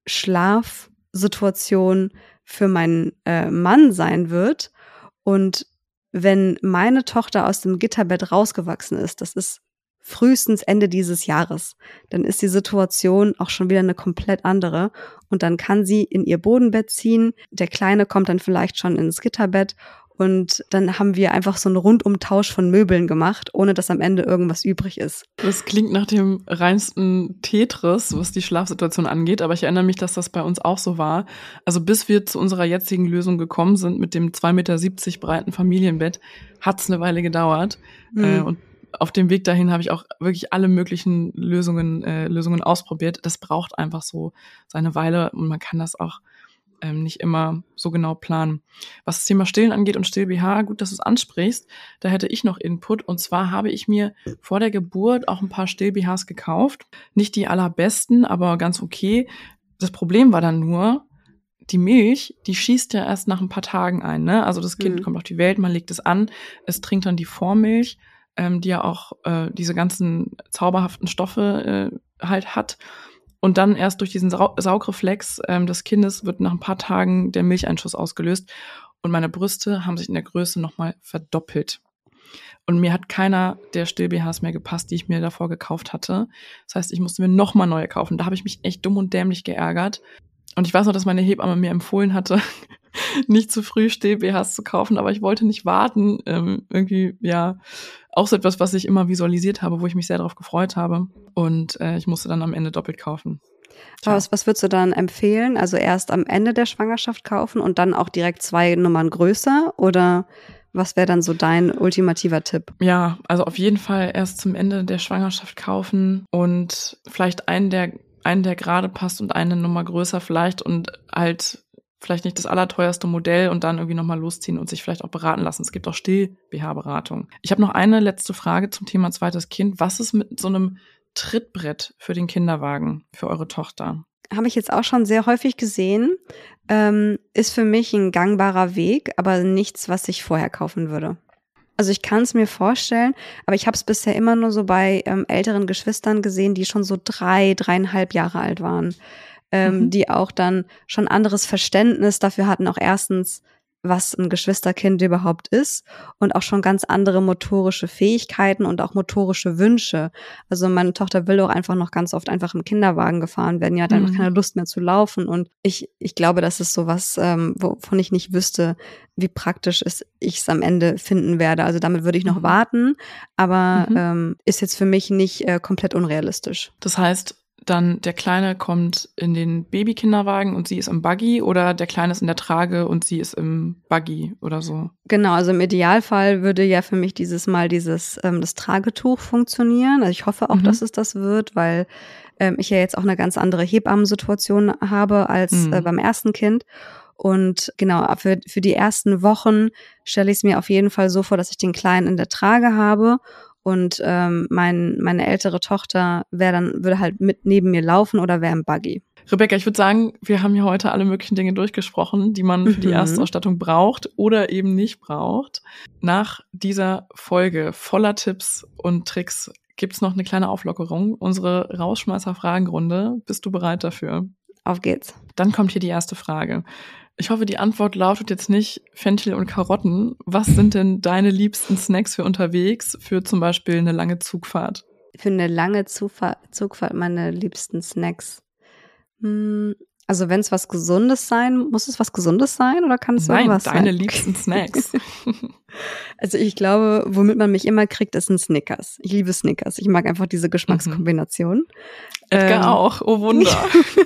Schlafsituation für meinen Mann sein wird. Und wenn meine Tochter aus dem Gitterbett rausgewachsen ist, das ist frühestens Ende dieses Jahres, dann ist die Situation auch schon wieder eine komplett andere. Und dann kann sie in ihr Bodenbett ziehen. Der Kleine kommt dann vielleicht schon ins Gitterbett. Und dann haben wir einfach so einen Rundumtausch von Möbeln gemacht, ohne dass am Ende irgendwas übrig ist. Das klingt nach dem reinsten Tetris, was die Schlafsituation angeht. Aber ich erinnere mich, dass das bei uns auch so war. Also bis wir zu unserer jetzigen Lösung gekommen sind mit dem 2,70 Meter breiten Familienbett, hat es eine Weile gedauert. Und auf dem Weg dahin habe ich auch wirklich alle möglichen Lösungen ausprobiert. Das braucht einfach so seine Weile und man kann das auch nicht immer so genau planen. Was das Thema Stillen angeht und Still-BH, gut, dass du es ansprichst, da hätte ich noch Input. Und zwar habe ich mir vor der Geburt auch ein paar Still-BHs gekauft. Nicht die allerbesten, aber ganz okay. Das Problem war dann nur, die Milch, die schießt ja erst nach ein paar Tagen ein, ne? Also das Kind kommt auf die Welt, man legt es an, es trinkt dann die Vormilch, die ja auch diese ganzen zauberhaften Stoffe halt hat. Und dann erst durch diesen Saugreflex des Kindes wird nach ein paar Tagen der Milcheinschuss ausgelöst. Und meine Brüste haben sich in der Größe nochmal verdoppelt. Und mir hat keiner der Still-BHs mehr gepasst, die ich mir davor gekauft hatte. Das heißt, ich musste mir nochmal neue kaufen. Da habe ich mich echt dumm und dämlich geärgert. Und ich weiß noch, dass meine Hebamme mir empfohlen hatte, nicht zu früh Still-BHs zu kaufen, aber ich wollte nicht warten. Irgendwie, ja, auch so etwas, was ich immer visualisiert habe, wo ich mich sehr darauf gefreut habe. Und ich musste dann am Ende doppelt kaufen. Was würdest du dann empfehlen? Also erst am Ende der Schwangerschaft kaufen und dann auch direkt 2 Nummern größer? Oder was wäre dann so dein ultimativer Tipp? Ja, also auf jeden Fall erst zum Ende der Schwangerschaft kaufen und vielleicht einen, der gerade passt und eine Nummer größer vielleicht und halt vielleicht nicht das allerteuerste Modell und dann irgendwie nochmal losziehen und sich vielleicht auch beraten lassen. Es gibt auch Still-BH-Beratung. Ich habe noch eine letzte Frage zum Thema zweites Kind. Was ist mit so einem Trittbrett für den Kinderwagen, für eure Tochter? Habe ich jetzt auch schon sehr häufig gesehen. Ist für mich ein gangbarer Weg, aber nichts, was ich vorher kaufen würde. Also ich kann es mir vorstellen, aber ich habe es bisher immer nur so bei älteren Geschwistern gesehen, die schon so 3,5 Jahre alt waren, die auch dann schon anderes Verständnis dafür hatten, auch erstens, was ein Geschwisterkind überhaupt ist und auch schon ganz andere motorische Fähigkeiten und auch motorische Wünsche. Also meine Tochter will auch einfach noch ganz oft einfach im Kinderwagen gefahren werden. Die hat einfach keine Lust mehr zu laufen und ich glaube, das ist sowas, wovon ich nicht wüsste, wie praktisch ich es am Ende finden werde. Also damit würde ich noch warten, aber ist jetzt für mich nicht komplett unrealistisch. Das heißt, dann der Kleine kommt in den Babykinderwagen und sie ist im Buggy oder der Kleine ist in der Trage und sie ist im Buggy oder so? Genau, also im Idealfall würde ja für mich das Tragetuch funktionieren. Also ich hoffe auch, dass es das wird, weil ich ja jetzt auch eine ganz andere Hebammensituation habe als beim ersten Kind. Und genau, für die ersten Wochen stelle ich es mir auf jeden Fall so vor, dass ich den Kleinen in der Trage habe. Und meine ältere Tochter würde halt mit neben mir laufen oder wäre im Buggy. Rebecca, ich würde sagen, wir haben hier heute alle möglichen Dinge durchgesprochen, die man für die Erstausstattung braucht oder eben nicht braucht. Nach dieser Folge voller Tipps und Tricks gibt's noch eine kleine Auflockerung, unsere Rausschmeißer-Fragenrunde. Bist du bereit dafür? Auf geht's. Dann kommt hier die erste Frage. Ich hoffe, die Antwort lautet jetzt nicht Fenchel und Karotten. Was sind denn deine liebsten Snacks für unterwegs, für zum Beispiel eine lange Zugfahrt? Für eine lange Zugfahrt meine liebsten Snacks. Also wenn es was Gesundes sein, muss es was Gesundes sein oder kann es irgendwas sein? Nein, deine liebsten Snacks. Also ich glaube, womit man mich immer kriegt, ist ein Snickers. Ich liebe Snickers. Ich mag einfach diese Geschmackskombination. Edgar auch, oh Wunder.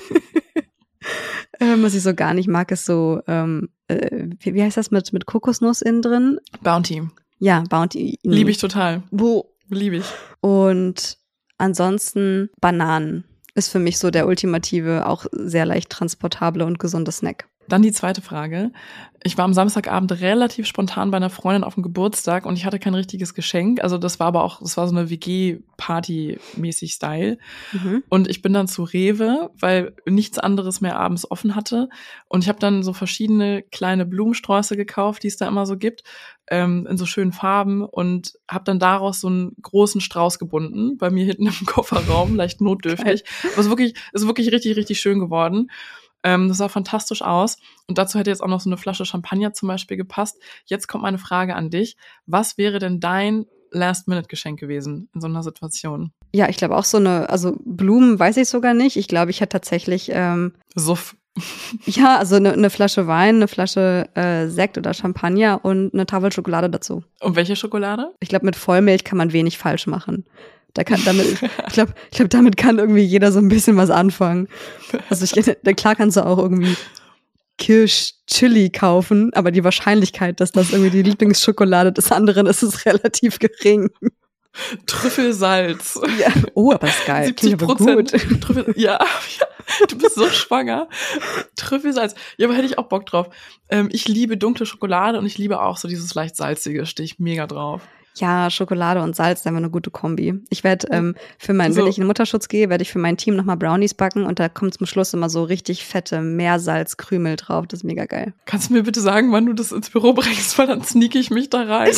Was ich so gar nicht mag, ist so, wie heißt das mit Kokosnuss innen drin? Bounty. Ja, Bounty. Liebe ich total. Wo? Liebe ich. Und ansonsten Bananen ist für mich so der ultimative, auch sehr leicht transportable und gesunde Snack. Dann die zweite Frage. Ich war am Samstagabend relativ spontan bei einer Freundin auf dem Geburtstag und ich hatte kein richtiges Geschenk. Also das war so eine WG-Party-mäßig Style. Und ich bin dann zu Rewe, weil nichts anderes mehr abends offen hatte. Und ich habe dann so verschiedene kleine Blumensträuße gekauft, die es da immer so gibt, in so schönen Farben und habe dann daraus so einen großen Strauß gebunden, bei mir hinten im Kofferraum, leicht notdürftig. Aber ist wirklich richtig, richtig schön geworden. Das sah fantastisch aus. Und dazu hätte jetzt auch noch so eine Flasche Champagner zum Beispiel gepasst. Jetzt kommt meine Frage an dich. Was wäre denn dein Last-Minute-Geschenk gewesen in so einer Situation? Ja, ich glaube auch also Blumen weiß ich sogar nicht. Ich glaube, ich hätte tatsächlich Suff. Ja, also eine Flasche Wein, eine Flasche Sekt oder Champagner und eine Tafel Schokolade dazu. Und welche Schokolade? Ich glaube, mit Vollmilch kann man wenig falsch machen. Ich glaube, damit kann irgendwie jeder so ein bisschen was anfangen. Also klar kannst du auch irgendwie Kirsch-Chili kaufen, aber die Wahrscheinlichkeit, dass das irgendwie die Lieblingsschokolade des anderen ist, ist relativ gering. Trüffelsalz. Ja. Oh, aber ist geil. 70%. Trüffel, ja, Du bist so schwanger. Trüffelsalz. Ja, aber hätte ich auch Bock drauf. Ich liebe dunkle Schokolade und ich liebe auch so dieses leicht salzige. Stehe ich mega drauf. Ja, Schokolade und Salz ist einfach eine gute Kombi. Ich werde wenn ich in den Mutterschutz gehe, werde ich für mein Team nochmal Brownies backen und da kommt zum Schluss immer so richtig fette Meersalzkrümel drauf. Das ist mega geil. Kannst du mir bitte sagen, wann du das ins Büro bringst, weil dann sneak ich mich da rein.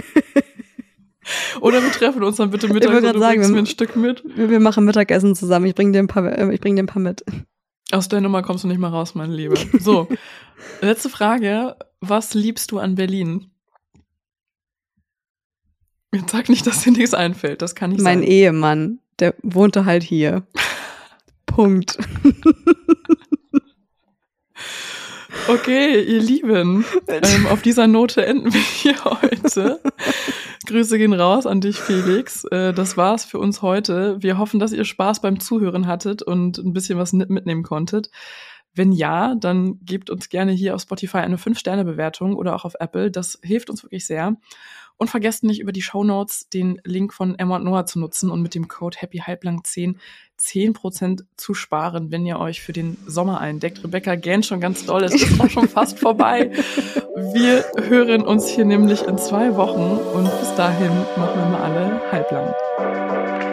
Oder wir treffen uns dann bitte mittags und du bringst mir ein Stück mit. Wir machen Mittagessen zusammen. Ich bring dir ein paar mit. Aus der Nummer kommst du nicht mal raus, meine Liebe. So, letzte Frage. Was liebst du an Berlin? Jetzt sag nicht, dass dir nichts einfällt. Das kann nicht sein. Mein Ehemann, der wohnte halt hier. Punkt. Okay, ihr Lieben, auf dieser Note enden wir hier heute. Grüße gehen raus an dich, Felix. Das war's für uns heute. Wir hoffen, dass ihr Spaß beim Zuhören hattet und ein bisschen was mitnehmen konntet. Wenn ja, dann gebt uns gerne hier auf Spotify eine 5-Sterne-Bewertung oder auch auf Apple. Das hilft uns wirklich sehr. Und vergesst nicht, über die Shownotes den Link von Emma und Noah zu nutzen und mit dem Code HAPPYHALBLANK10 10% zu sparen, wenn ihr euch für den Sommer eindeckt. Rebecca gähnt schon ganz doll, es ist auch schon fast vorbei. Wir hören uns hier nämlich in 2 Wochen und bis dahin machen wir mal alle halblang.